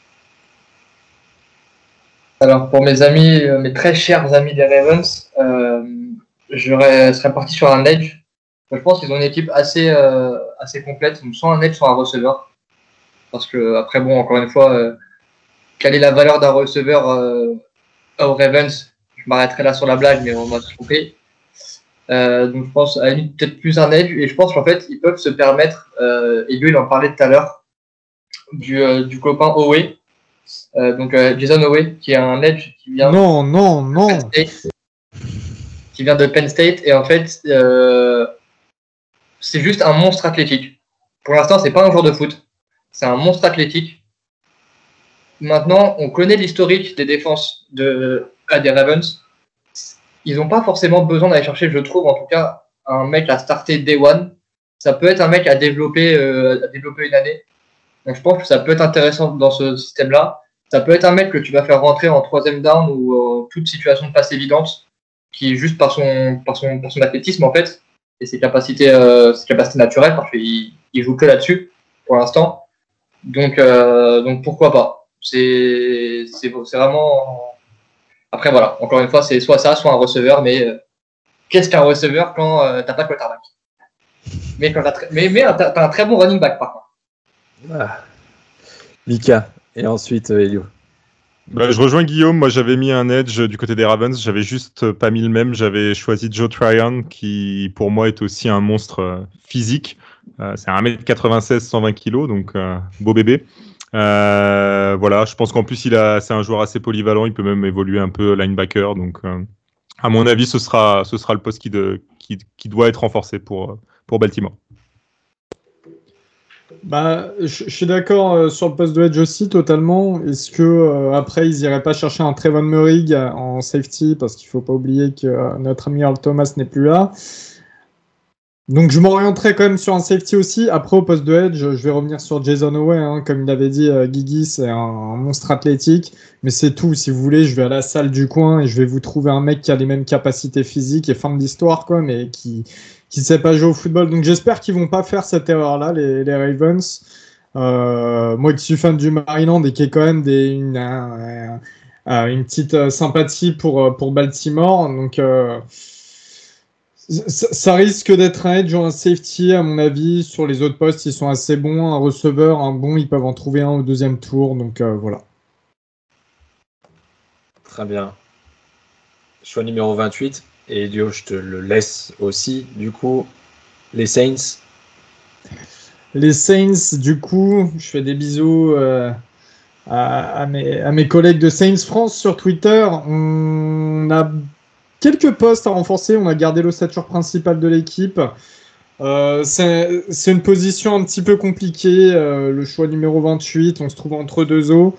[SPEAKER 2] Alors, pour mes amis, euh, mes très chers amis des Ravens, euh, je serais parti sur un edge. Je pense qu'ils ont une équipe assez, euh, assez complète, soit un edge, soit un receveur. Parce que, après, bon, encore une fois, euh, quelle est la valeur d'un receveur euh, aux Ravens? Je m'arrêterai là sur la blague, mais on va se tromper. Euh, donc, je pense à la limite peut-être plus un edge. Et je pense qu'en fait, ils peuvent se permettre, euh, et lui, il en parlait tout à l'heure, du, euh, du copain Owe. Euh, donc euh, Jason Owe, qui est un edge qui vient
[SPEAKER 3] non, non, non.
[SPEAKER 2] de Penn State, qui vient de Penn State, et en fait, euh, c'est juste un monstre athlétique. Pour l'instant, c'est pas un joueur de foot, c'est un monstre athlétique. Maintenant, on connaît l'historique des défenses de, à des Ravens. Ils n'ont pas forcément besoin d'aller chercher, je trouve, en tout cas, un mec à starter day one. Ça peut être un mec à développer, euh, à développer une année. Donc, je pense que ça peut être intéressant dans ce système-là. Ça peut être un mec que tu vas faire rentrer en troisième down ou en toute situation de passe évidente, qui juste par son, par son, par son athlétisme en fait, et ses capacités, euh, ses capacités naturelles, parce qu'il il joue que là-dessus pour l'instant. Donc, euh, donc pourquoi pas. C'est, c'est, c'est vraiment, Après, voilà, encore une fois, c'est soit ça, soit un receveur, mais euh, qu'est-ce qu'un receveur quand euh, t'as pas de quarterback? Mais quand t'as, tr- mais, mais t'as, t'as un très bon running back, par contre.
[SPEAKER 1] Ah. Mika, et ensuite euh, Elio.
[SPEAKER 4] Bah, je rejoins Guillaume, moi j'avais mis un edge du côté des Ravens, j'avais juste pas mis le même, j'avais choisi Joe Tryon qui pour moi est aussi un monstre euh, physique, euh, c'est un mètre quatre-vingt-seize, cent vingt kilos, donc euh, beau bébé. Euh, voilà, je pense qu'en plus il a, c'est un joueur assez polyvalent, il peut même évoluer un peu linebacker, donc euh, à mon avis ce sera, ce sera le poste qui, de, qui, qui doit être renforcé pour, pour Baltimore.
[SPEAKER 3] Bah, je, je suis d'accord euh, sur le poste de edge aussi, totalement. Est-ce que euh, après ils iraient pas chercher un Trevon Moehrig en safety parce qu'il faut pas oublier que euh, notre ami Earl Thomas n'est plus là. Donc je m'orienterai quand même sur un safety aussi. Après au poste de edge, je vais revenir sur Jason Owe, hein, comme il avait dit euh, Guigui, c'est un, un monstre athlétique, mais c'est tout. Si vous voulez, je vais à la salle du coin et je vais vous trouver un mec qui a les mêmes capacités physiques et fin de l'histoire, quoi, mais qui qui sait pas jouer au football. Donc j'espère qu'ils vont pas faire cette erreur-là, les, les Ravens. Euh, moi qui suis fan du Maryland et qui ai quand même des, une, un, un, une petite euh, sympathie pour, pour Baltimore. Donc euh, ça, ça risque d'être un edge ou un safety, à mon avis. Sur les autres postes, ils sont assez bons. Un receveur, un bon, ils peuvent en trouver un au deuxième tour. Donc euh, voilà.
[SPEAKER 1] Très bien. Choix numéro vingt-huit. Et Elio, je te le laisse aussi. Du coup, les Saints.
[SPEAKER 3] Les Saints, du coup, je fais des bisous euh, à, à, mes, à mes collègues de Saints France sur Twitter. On a quelques postes à renforcer. On a gardé l'ossature principale de l'équipe. Euh, c'est, c'est une position un petit peu compliquée. Euh, le choix numéro vingt-huit, on se trouve entre deux eaux.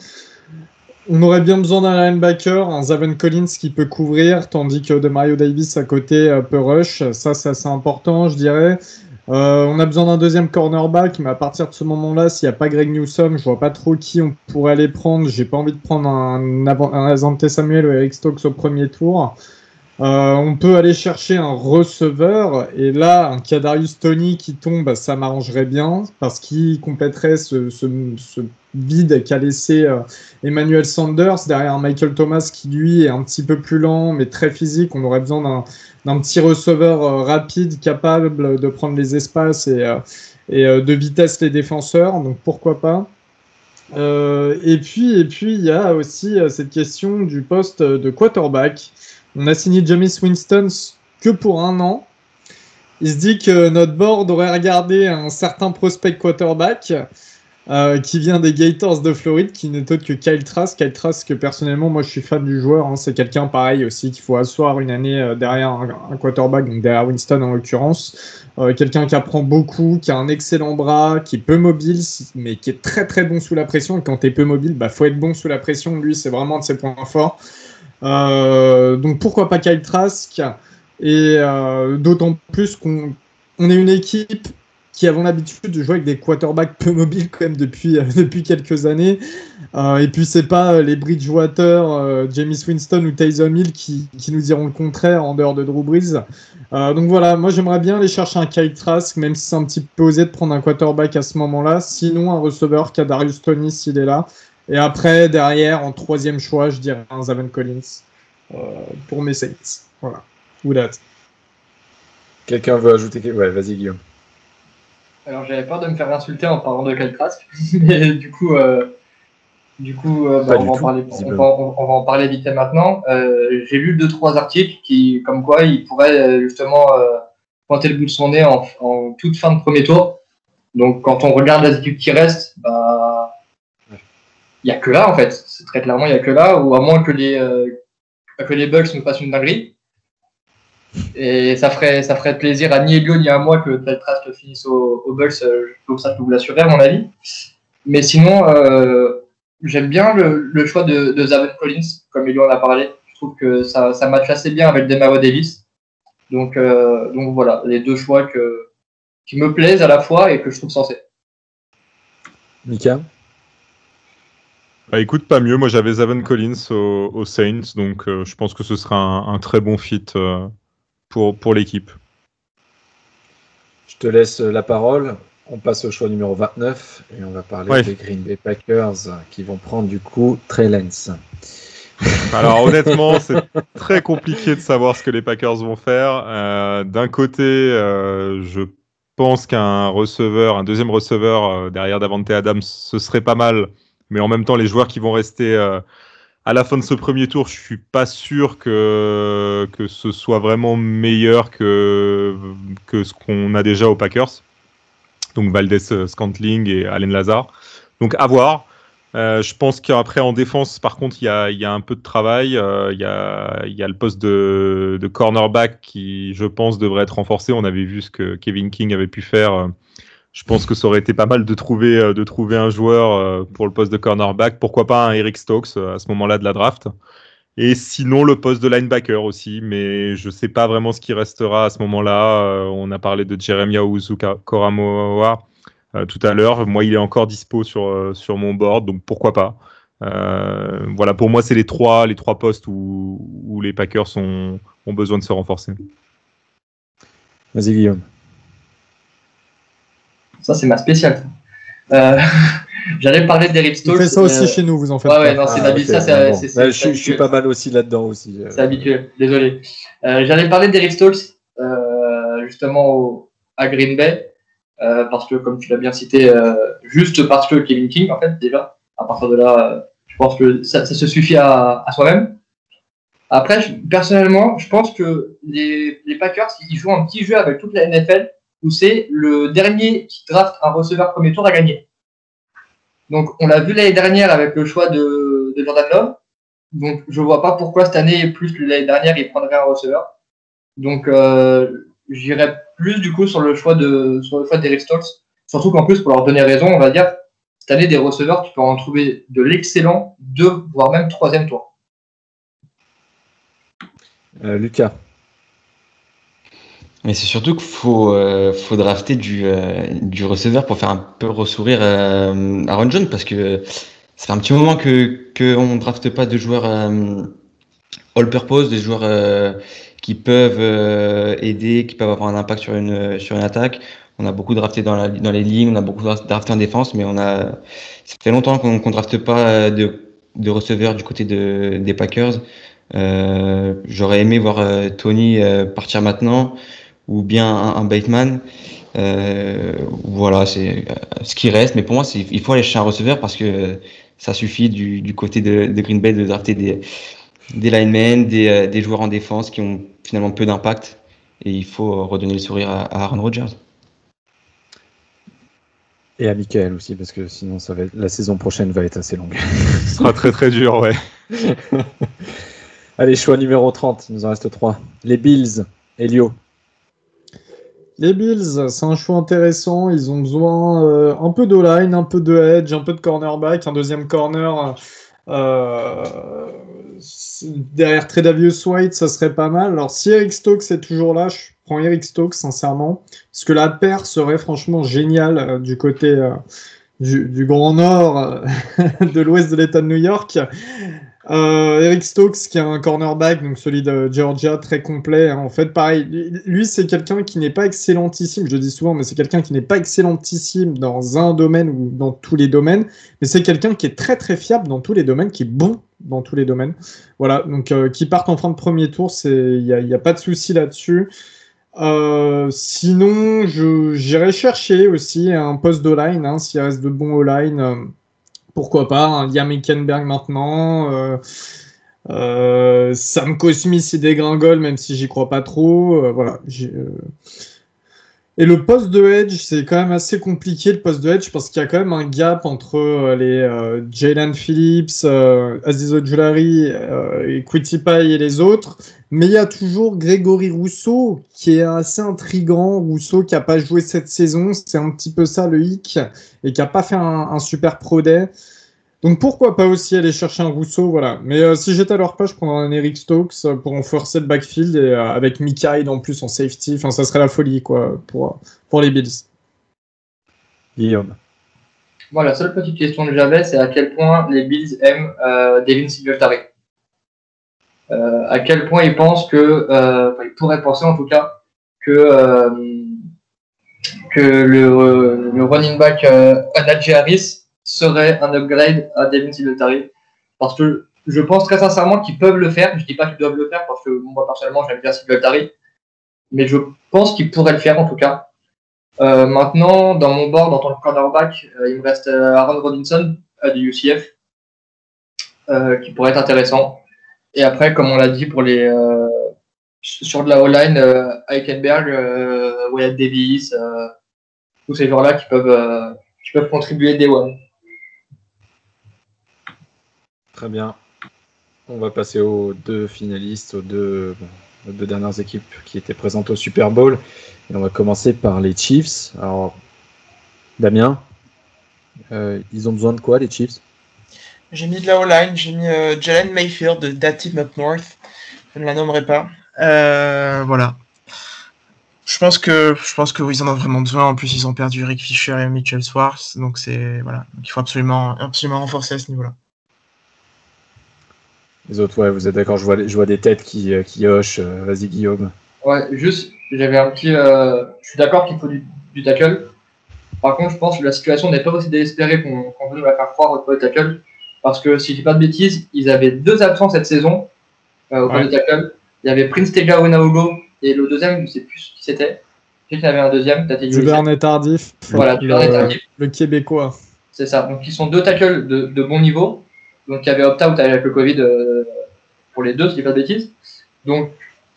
[SPEAKER 3] On aurait bien besoin d'un linebacker, un Zaven Collins qui peut couvrir, tandis que de Mario Davis à côté euh, peut rush. Ça, c'est assez important, je dirais. Euh, on a besoin d'un deuxième cornerback, mais à partir de ce moment-là, s'il n'y a pas Greg Newsome, je vois pas trop qui on pourrait aller prendre. J'ai pas envie de prendre un, un Asante Samuel ou Eric Stokes au premier tour. Euh, on peut aller chercher un receveur, et là, un Kadarius Toney qui tombe, ça m'arrangerait bien, parce qu'il compléterait ce, ce, ce vide qu'a laissé euh, Emmanuel Sanders derrière Michael Thomas, qui lui est un petit peu plus lent, mais très physique. On aurait besoin d'un, d'un petit receveur euh, rapide, capable de prendre les espaces et, euh, et euh, de vitesse les défenseurs, donc pourquoi pas. Euh, et puis, et puis, il y a aussi euh, cette question du poste de quarterback. On a signé Jameis Winston que pour un an. Il se dit que notre board aurait regardé un certain prospect quarterback euh, qui vient des Gators de Floride, qui n'est autre que Kyle Trask. Kyle Trask, que personnellement, moi je suis fan du joueur. Hein. C'est quelqu'un pareil aussi qu'il faut asseoir une année euh, derrière un, un quarterback, donc derrière Winston en l'occurrence. Euh, quelqu'un qui apprend beaucoup, qui a un excellent bras, qui est peu mobile, mais qui est très très bon sous la pression. Et quand tu es peu mobile, bah faut être bon sous la pression. Lui, c'est vraiment un de ses points forts. Euh, donc pourquoi pas Kyle Trask, et euh, d'autant plus qu'on on est une équipe qui avons l'habitude de jouer avec des quarterbacks peu mobiles quand même depuis, euh, depuis quelques années, euh, et puis c'est pas les Bridgewater, euh, Jameis Winston ou Taysom Hill qui, qui nous diront le contraire en dehors de Drew Brees. Euh, donc voilà, moi j'aimerais bien aller chercher un Kyle Trask, même si c'est un petit peu osé de prendre un quarterback à ce moment-là, sinon un receveur, Kadarius Toney s'il est là. Et après, derrière, en troisième choix, je dirais un Zaven Collins euh, pour mes Saints. Voilà. Ou date.
[SPEAKER 1] Quelqu'un veut ajouter quelque... Ouais, vas-y, Guillaume.
[SPEAKER 2] Alors, j'avais peur de me faire insulter en parlant de Kyle Trask, mais du coup, euh, du coup euh, bah, on, va en parler, on, va, on, on va en parler vite fait maintenant. Euh, j'ai lu deux, trois articles qui, comme quoi il pourrait justement euh, pointer le bout de son nez en, en toute fin de premier tour. Donc, quand on regarde les équipes qui restent, bah, il n'y a que là, en fait. C'est très clairement, il n'y a que là, ou à moins que les, euh, que les Bucks nous fassent une dinguerie. Et ça ferait, ça ferait plaisir à ni Elio ni à moi que Kyle Trask finisse au, au Bucks, euh, donc ça, je peux vous l'assurer, à mon avis. Mais sinon, euh, j'aime bien le, le choix de, de Zaven Collins, comme Elio en a parlé. Je trouve que ça, ça matche assez bien avec Demario Davis. Donc, euh, donc voilà, les deux choix que, qui me plaisent à la fois et que je trouve sensés.
[SPEAKER 1] Mika ?
[SPEAKER 4] Bah écoute, pas mieux. Moi, j'avais Zaven Collins aux au Saints, donc euh, je pense que ce sera un, un très bon fit euh, pour, pour l'équipe.
[SPEAKER 1] Je te laisse la parole. On passe au choix numéro vingt-neuf et on va parler
[SPEAKER 4] ouais.
[SPEAKER 1] des Green Bay Packers qui vont prendre du coup Trey Lance.
[SPEAKER 4] Alors honnêtement, c'est très compliqué de savoir ce que les Packers vont faire. Euh, d'un côté, euh, je pense qu'un receveur, un deuxième receveur euh, derrière Davante Adams, ce serait pas mal. Mais en même temps, les joueurs qui vont rester euh, à la fin de ce premier tour, je suis pas sûr que, que ce soit vraiment meilleur que, que ce qu'on a déjà aux Packers. Donc Valdez Scantling et Allen Lazare. Donc à voir. Euh, je pense qu'après en défense, par contre, il y a, y a un peu de travail. Euh, Il y, a, y a le poste de, de cornerback qui, je pense, devrait être renforcé. On avait vu ce que Kevin King avait pu faire. Je pense que ça aurait été pas mal de trouver, de trouver un joueur pour le poste de cornerback. Pourquoi pas un Eric Stokes à ce moment-là de la draft. Et sinon, le poste de linebacker aussi. Mais je ne sais pas vraiment ce qui restera à ce moment-là. Euh, on a parlé de Jeremiah Owusu-Koramoah euh, tout à l'heure. Moi, il est encore dispo sur, euh, sur mon board, donc pourquoi pas. Euh, voilà, pour moi, c'est les trois, les trois postes où, où les Packers ont, ont besoin de se renforcer.
[SPEAKER 1] Vas-y, Guillaume.
[SPEAKER 2] Ça, c'est ma spéciale. Euh, J'allais parler d'Eric Stokes.
[SPEAKER 3] Il fait ça aussi
[SPEAKER 2] euh...
[SPEAKER 3] chez nous, vous en faites
[SPEAKER 2] ouais,
[SPEAKER 3] pas.
[SPEAKER 2] Ouais, non, c'est
[SPEAKER 1] Ah,
[SPEAKER 2] okay, ça, c'est,
[SPEAKER 1] bon.
[SPEAKER 2] c'est, c'est,
[SPEAKER 1] Là,
[SPEAKER 2] c'est
[SPEAKER 1] je, je suis pas mal aussi là-dedans aussi.
[SPEAKER 2] C'est habituel, désolé. Euh, J'allais parler d'Eric Stokes, euh, justement au, à Green Bay, euh, parce que, comme tu l'as bien cité, euh, juste parce que Kevin King, en fait, déjà, à partir de là, euh, je pense que ça, ça se suffit à, à soi-même. Après, je, personnellement, je pense que les, les Packers, ils jouent un petit jeu avec toute la N F L, où c'est le dernier qui draft un receveur premier tour à gagner. Donc, on l'a vu l'année dernière avec le choix de, de Jordan Love. Donc, je vois pas pourquoi cette année, plus que l'année dernière, il prendrait un receveur. Donc, euh, j'irais plus du coup sur le choix de sur le choix d'Eric Stokes. Surtout qu'en plus, pour leur donner raison, on va dire, cette année, des receveurs, tu peux en trouver de l'excellent, deux, voire même troisième tour.
[SPEAKER 1] Euh, Lucas.
[SPEAKER 5] Mais c'est surtout qu'il faut, euh, faut drafter du, euh, du receveur pour faire un peu ressourire euh, Aaron Jones, parce que ça fait un petit moment que qu'on ne drafte pas de joueurs euh, all-purpose, des joueurs euh, qui peuvent euh, aider, qui peuvent avoir un impact sur une, sur une attaque. On a beaucoup drafté dans, la, dans les lignes, on a beaucoup drafté en défense, mais on a, ça fait longtemps qu'on ne drafte pas de, de receveurs du côté de, des Packers. Euh, j'aurais aimé voir euh, Tony euh, partir maintenant, ou bien un, un Bateman. Euh, voilà, c'est euh, ce qui reste. Mais pour moi, c'est, il faut aller chercher un receveur, parce que ça suffit du, du côté de, de Green Bay de drafter des, des linemen, des, euh, des joueurs en défense qui ont finalement peu d'impact. Et il faut redonner le sourire à, à Aaron Rodgers.
[SPEAKER 1] Et à Michael aussi, parce que sinon ça va être... la saison prochaine va être assez longue.
[SPEAKER 4] Ce sera très très dur, ouais.
[SPEAKER 1] Allez, choix numéro trente, il nous en reste trois. Les Bills, Elio.
[SPEAKER 3] Les Bills, c'est un choix intéressant. Ils ont besoin euh, un peu d'O-line, un peu de edge, un peu de cornerback, un deuxième corner. Euh, derrière Tredavious White, ça serait pas mal. Alors, si Eric Stokes est toujours là, je prends Eric Stokes, sincèrement. Parce que la paire serait franchement géniale euh, du côté euh, du, du Grand Nord euh, de l'ouest de l'État de New York. Euh, Eric Stokes, qui est un cornerback, donc celui de Georgia, très complet. Hein. En fait, pareil, lui, c'est quelqu'un qui n'est pas excellentissime, je le dis souvent, mais c'est quelqu'un qui n'est pas excellentissime dans un domaine ou dans tous les domaines, mais c'est quelqu'un qui est très très fiable dans tous les domaines, qui est bon dans tous les domaines. Voilà, donc euh, qui partent en fin de premier tour, il n'y a, y a pas de souci là-dessus. Euh, sinon, je, j'irai chercher aussi un poste d'O-line, hein, s'il reste de bons O-line. Euh, Pourquoi pas, hein, Liam Hülkenberg maintenant, euh, euh, Sam Smith il dégringole, même si j'y crois pas trop. Euh, voilà. J'ai, euh... Et le poste de edge, c'est quand même assez compliqué, le poste de edge, parce qu'il y a quand même un gap entre euh, les euh, Jalen Phillips, euh, Aziz Ojulari, euh, et Kwity Paye et les autres. Mais il y a toujours Grégory Rousseau, qui est assez intriguant. Rousseau qui n'a pas joué cette saison, c'est un petit peu ça le hic, et qui n'a pas fait un, un super pro day. Donc pourquoi pas aussi aller chercher un Rousseau, voilà. Mais euh, si j'étais à leur place, je prendrais un Eric Stokes pour renforcer le backfield, et euh, avec Mika en plus en safety, enfin ça serait la folie quoi pour, pour les Bills.
[SPEAKER 1] Guillaume.
[SPEAKER 2] Moi, la seule petite question que j'avais, c'est à quel point les Bills aiment euh, Devin Singletary. Euh, à quel point ils pensent que, euh, enfin, ils pourraient penser en tout cas que euh, que le, le running back euh, Najee Harris serait un upgrade à Devin Singletary, parce que je pense très sincèrement qu'ils peuvent le faire. Je dis pas qu'ils doivent le faire parce que moi personnellement j'aime bien Singletary, mais je pense qu'ils pourraient le faire en tout cas. Euh, maintenant, dans mon board, en tant que cornerback, euh, il me reste euh, Aaron Robinson euh, du U C F, euh, qui pourrait être intéressant. Et après, comme on l'a dit pour les euh, sur de la O-line, euh, Eichenberg, euh, Wyatt Davis, euh, tous ces joueurs-là qui peuvent euh, qui peuvent contribuer day one.
[SPEAKER 1] Très bien. On va passer aux deux finalistes, aux deux, bon, aux deux dernières équipes qui étaient présentes au Super Bowl. Et on va commencer par les Chiefs. Alors, Damien, euh, ils ont besoin de quoi, les Chiefs?
[SPEAKER 6] J'ai mis de la O-line, j'ai mis euh, Jalen Mayfield de That Team Up North. Je ne la nommerai pas. Euh, voilà. Je pense que je pense que oui, ils en ont vraiment besoin. En plus, ils ont perdu Rick Fisher et Mitchell Schwartz, donc c'est voilà. Donc, il faut absolument absolument renforcer à ce niveau-là.
[SPEAKER 1] Les autres, ouais, vous êtes d'accord, je vois, je vois des têtes qui, qui hochent. Vas-y, Guillaume.
[SPEAKER 2] Ouais, juste, j'avais un petit. Euh, je suis d'accord qu'il faut du, du tackle. Par contre, je pense que la situation n'est pas aussi désespérée qu'on, qu'on veut nous la faire croire au poste de tackle. Parce que si je dis pas de bêtises, ils avaient deux absents cette saison euh, au poste ouais. de tackle. Il y avait Prince Tega Wenaogo et le deuxième, je ne sais plus qui c'était. Je sais qu'il y avait un deuxième.
[SPEAKER 3] Duvernay Tardif.
[SPEAKER 2] Voilà, Duvernay Tardif.
[SPEAKER 3] Le Québécois.
[SPEAKER 2] C'est ça. Donc, ils sont deux tackles de, de bon niveau. Donc, il y avait opt-out avec le Covid euh, pour les deux, si je dis pas de bêtises. Donc,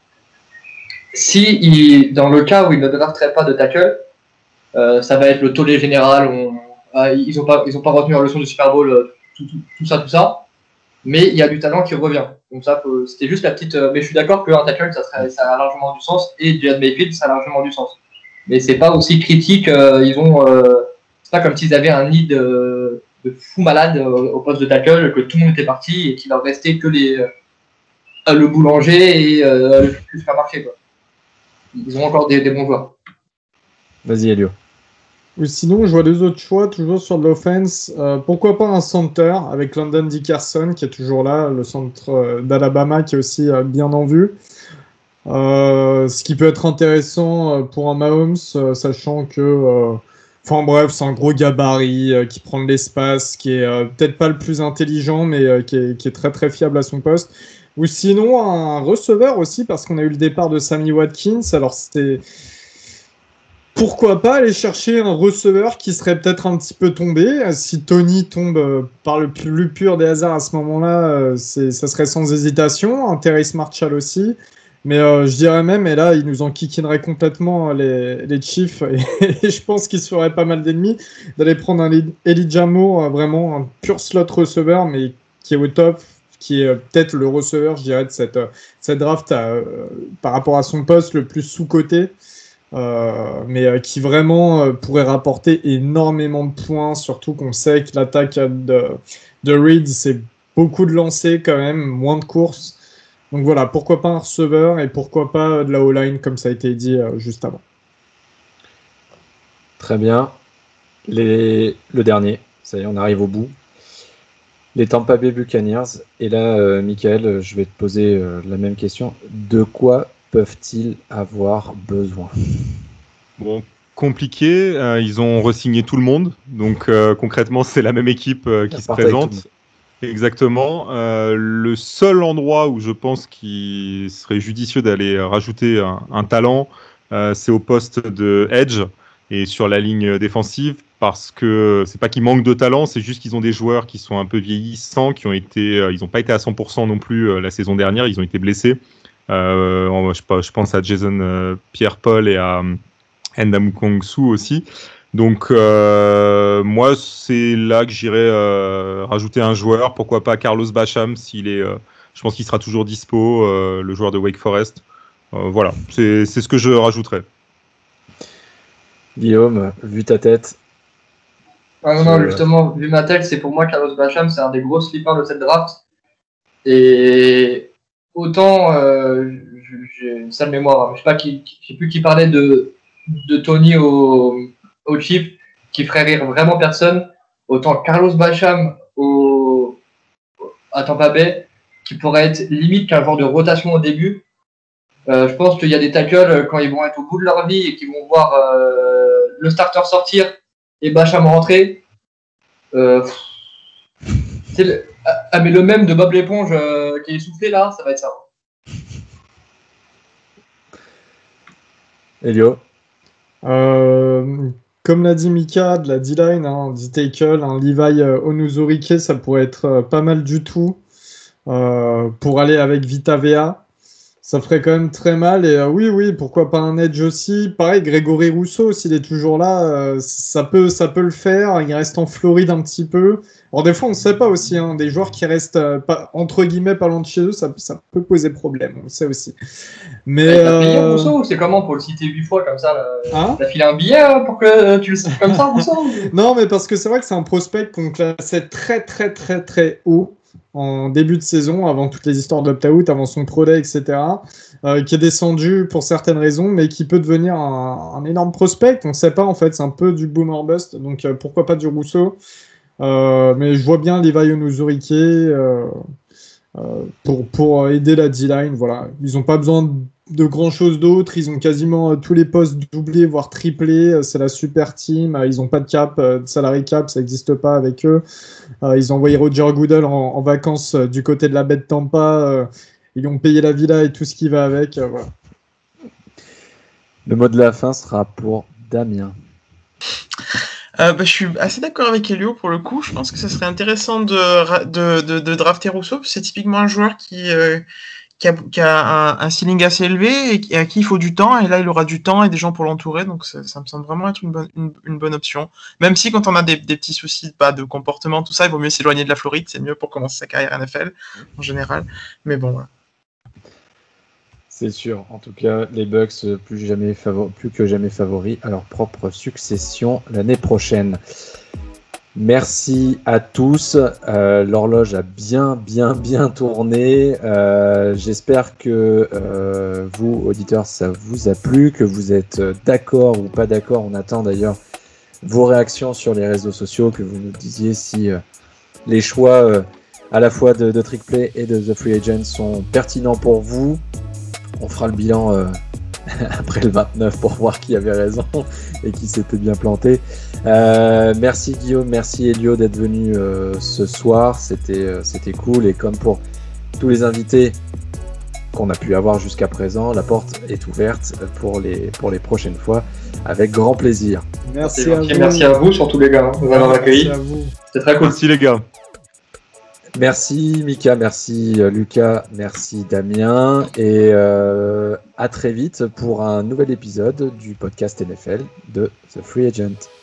[SPEAKER 2] si il, dans le cas où ils ne drafteraient pas de tackle, euh, ça va être le tollé général. On, euh, ils n'ont pas, ils ont pas retenu la leçon du Super Bowl, euh, tout, tout, tout ça, tout ça. Mais il y a du talent qui revient. Donc ça, peut, c'était juste la petite. Euh, mais je suis d'accord qu'un tackle, ça, serait, ça a largement du sens, et Jalen Mayfield, ça a largement du sens. Mais c'est pas aussi critique. Euh, ils ont, euh, c'est pas comme s'ils avaient un nid de, de fou malade euh, au poste de tackle, que tout le monde était parti et qu'il leur restait que les euh, le boulanger et euh, le supermarché, quoi. Ils ont encore des, des bons joueurs.
[SPEAKER 1] Vas-y, Elio.
[SPEAKER 3] Ou sinon, je vois deux autres choix, toujours sur de l'offense. Euh, pourquoi pas un center avec Landon Dickerson, qui est toujours là, le centre euh, d'Alabama, qui est aussi euh, bien en vue. Euh, ce qui peut être intéressant euh, pour un Mahomes, euh, sachant que... Euh, enfin bref, c'est un gros gabarit euh, qui prend de l'espace, qui est euh, peut-être pas le plus intelligent, mais euh, qui, est, qui est très très fiable à son poste. Ou sinon, un receveur aussi, parce qu'on a eu le départ de Sammy Watkins. Alors, c'était... Pourquoi pas aller chercher un receveur qui serait peut-être un petit peu tombé. Si Tony tombe euh, par le plus pur des hasards à ce moment-là, euh, c'est, ça serait sans hésitation. Un Terrace Marshall aussi. Mais euh, je dirais même, et là, il nous enquiquinerait complètement les, les Chiefs. Et, et je pense qu'il se ferait pas mal d'ennemis d'aller prendre un Elijah Moore, euh, vraiment un pur slot receveur, mais qui est au top, qui est euh, peut-être le receveur, je dirais, de cette, euh, cette draft euh, par rapport à son poste le plus sous-coté. Euh, mais euh, qui vraiment euh, pourrait rapporter énormément de points, surtout qu'on sait que l'attaque de, de Reed, c'est beaucoup de lancers quand même, moins de courses. Donc voilà, pourquoi pas un receveur et pourquoi pas de la O-line, comme ça a été dit euh, juste avant.
[SPEAKER 1] Très bien. Les... Le dernier, ça y est, on arrive au bout. Les Tampa Bay Buccaneers. Et là, euh, Michael, je vais te poser euh, la même question. De quoi peuvent-ils avoir besoin?
[SPEAKER 4] Bon, compliqué. Euh, ils ont re-signé tout le monde. Donc, euh, concrètement, c'est la même équipe euh, qui se présente. Exactement. Euh, le seul endroit où je pense qu'il serait judicieux d'aller rajouter un, un talent, euh, c'est au poste de edge et sur la ligne défensive, parce que c'est pas qu'ils manquent de talent, c'est juste qu'ils ont des joueurs qui sont un peu vieillissants, qui ont été, euh, ils n'ont pas été à cent pour cent non plus euh, la saison dernière, ils ont été blessés. Euh, je, je pense à Jason euh, Pierre-Paul et à euh, Ndamukong Kongsu aussi. Donc euh, moi c'est là que j'irais euh, rajouter un joueur, pourquoi pas Carlos Basham, s'il est, euh, je pense qu'il sera toujours dispo, euh, le joueur de Wake Forest. Euh, voilà, c'est, c'est ce que je rajouterais.
[SPEAKER 1] Guillaume, vu ta tête.
[SPEAKER 2] Ah non, non, justement, vu ma tête, c'est pour moi Carlos Basham, c'est un des gros sleepers de cette draft. Et autant, euh, j'ai une sale mémoire, je sais pas qui, je sais plus qui parlait de, de Tony au, au Chiefs, qui ferait rire vraiment personne. Autant Carlos Basham au, à Tampa Bay, qui pourrait être limite qu'un genre de rotation au début. Euh, je pense qu'il y a des tackles quand ils vont être au bout de leur vie et qu'ils vont voir euh, le starter sortir et Basham rentrer. Euh, c'est le, Ah, mais le même de Bob l'éponge euh, qui est essoufflé là, ça va être ça.
[SPEAKER 1] Elio.
[SPEAKER 3] Euh, comme l'a dit Mika, de la D-line, hein, D-tackle, un Levi euh, Onuzurike, ça pourrait être euh, pas mal du tout euh, pour aller avec Vita Vea. Ça ferait quand même très mal. Et euh, oui, oui, pourquoi pas un edge aussi. Pareil, Grégory Rousseau, s'il est toujours là, euh, ça peut, ça peut le faire. Il reste en Floride un petit peu. Alors des fois, on ne sait pas aussi. Hein, des joueurs qui restent euh, pas, entre guillemets pas loin de chez eux, ça, ça peut poser problème. On le sait aussi. Mais
[SPEAKER 2] ouais, t'as payé
[SPEAKER 3] euh...
[SPEAKER 2] Rousseau, c'est comment pour le citer huit fois comme ça là,
[SPEAKER 3] hein
[SPEAKER 2] t'as filé un billet hein, pour que tu le cites comme ça, Rousseau?
[SPEAKER 3] Non, mais parce que c'est vrai que c'est un prospect qu'on classait très, très, très, très haut en début de saison, avant toutes les histoires de l'opt-out, avant son pro day, et cetera, euh, qui est descendu pour certaines raisons, mais qui peut devenir un, un énorme prospect. On ne sait pas, en fait, c'est un peu du boom or bust, donc euh, pourquoi pas du Rousseau. Euh, mais je vois bien Levi Onuzurike euh, euh, pour, pour aider la D-line. Voilà. Ils n'ont pas besoin de de grand chose d'autre, ils ont quasiment euh, tous les postes doublés, voire triplés, euh, c'est la super team, euh, ils n'ont pas de cap, euh, de salary cap, ça n'existe pas avec eux. Euh, ils ont envoyé Roger Goodell en, en vacances euh, du côté de la baie de Tampa, euh, ils ont payé la villa et tout ce qui va avec. Euh, voilà.
[SPEAKER 1] Le mot de la fin sera pour Damien.
[SPEAKER 6] Euh, bah, je suis assez d'accord avec Elio pour le coup. Je pense que ça serait intéressant de, de, de, de drafter Rousseau. C'est typiquement un joueur qui, euh, qui a, qui a un, un ceiling assez élevé et, et à qui il faut du temps. Et là, il aura du temps et des gens pour l'entourer. Donc, ça, ça me semble vraiment être une bonne, une, une bonne option. Même si quand on a des, des petits soucis pas de comportement, tout ça, il vaut mieux s'éloigner de la Floride. C'est mieux pour commencer sa carrière N F L en général. Mais bon, voilà.
[SPEAKER 1] C'est sûr. En tout cas, les Bucks plus, jamais favor- plus que jamais favoris à leur propre succession l'année prochaine. Merci à tous. Euh, l'horloge a bien, bien, bien tourné. Euh, j'espère que euh, vous, auditeurs, ça vous a plu, que vous êtes d'accord ou pas d'accord. On attend d'ailleurs vos réactions sur les réseaux sociaux, que vous nous disiez si euh, les choix euh, à la fois de, de Trickplay et de The Free Agent sont pertinents pour vous. On fera le bilan euh, après le vingt-neuf pour voir qui avait raison et qui s'était bien planté. Euh, merci Guillaume, merci Elio d'être venu euh, ce soir. C'était, euh, c'était cool. Et comme pour tous les invités qu'on a pu avoir jusqu'à présent, la porte est ouverte pour les, pour les prochaines fois avec grand plaisir.
[SPEAKER 3] Merci, à vous.
[SPEAKER 2] Merci à vous, surtout les gars, de nous avoir accueillis. C'était très cool.
[SPEAKER 4] Merci les gars.
[SPEAKER 1] Merci Mika, merci euh, Lucas, merci Damien et euh, à très vite pour un nouvel épisode du podcast N F L de The Free Agent.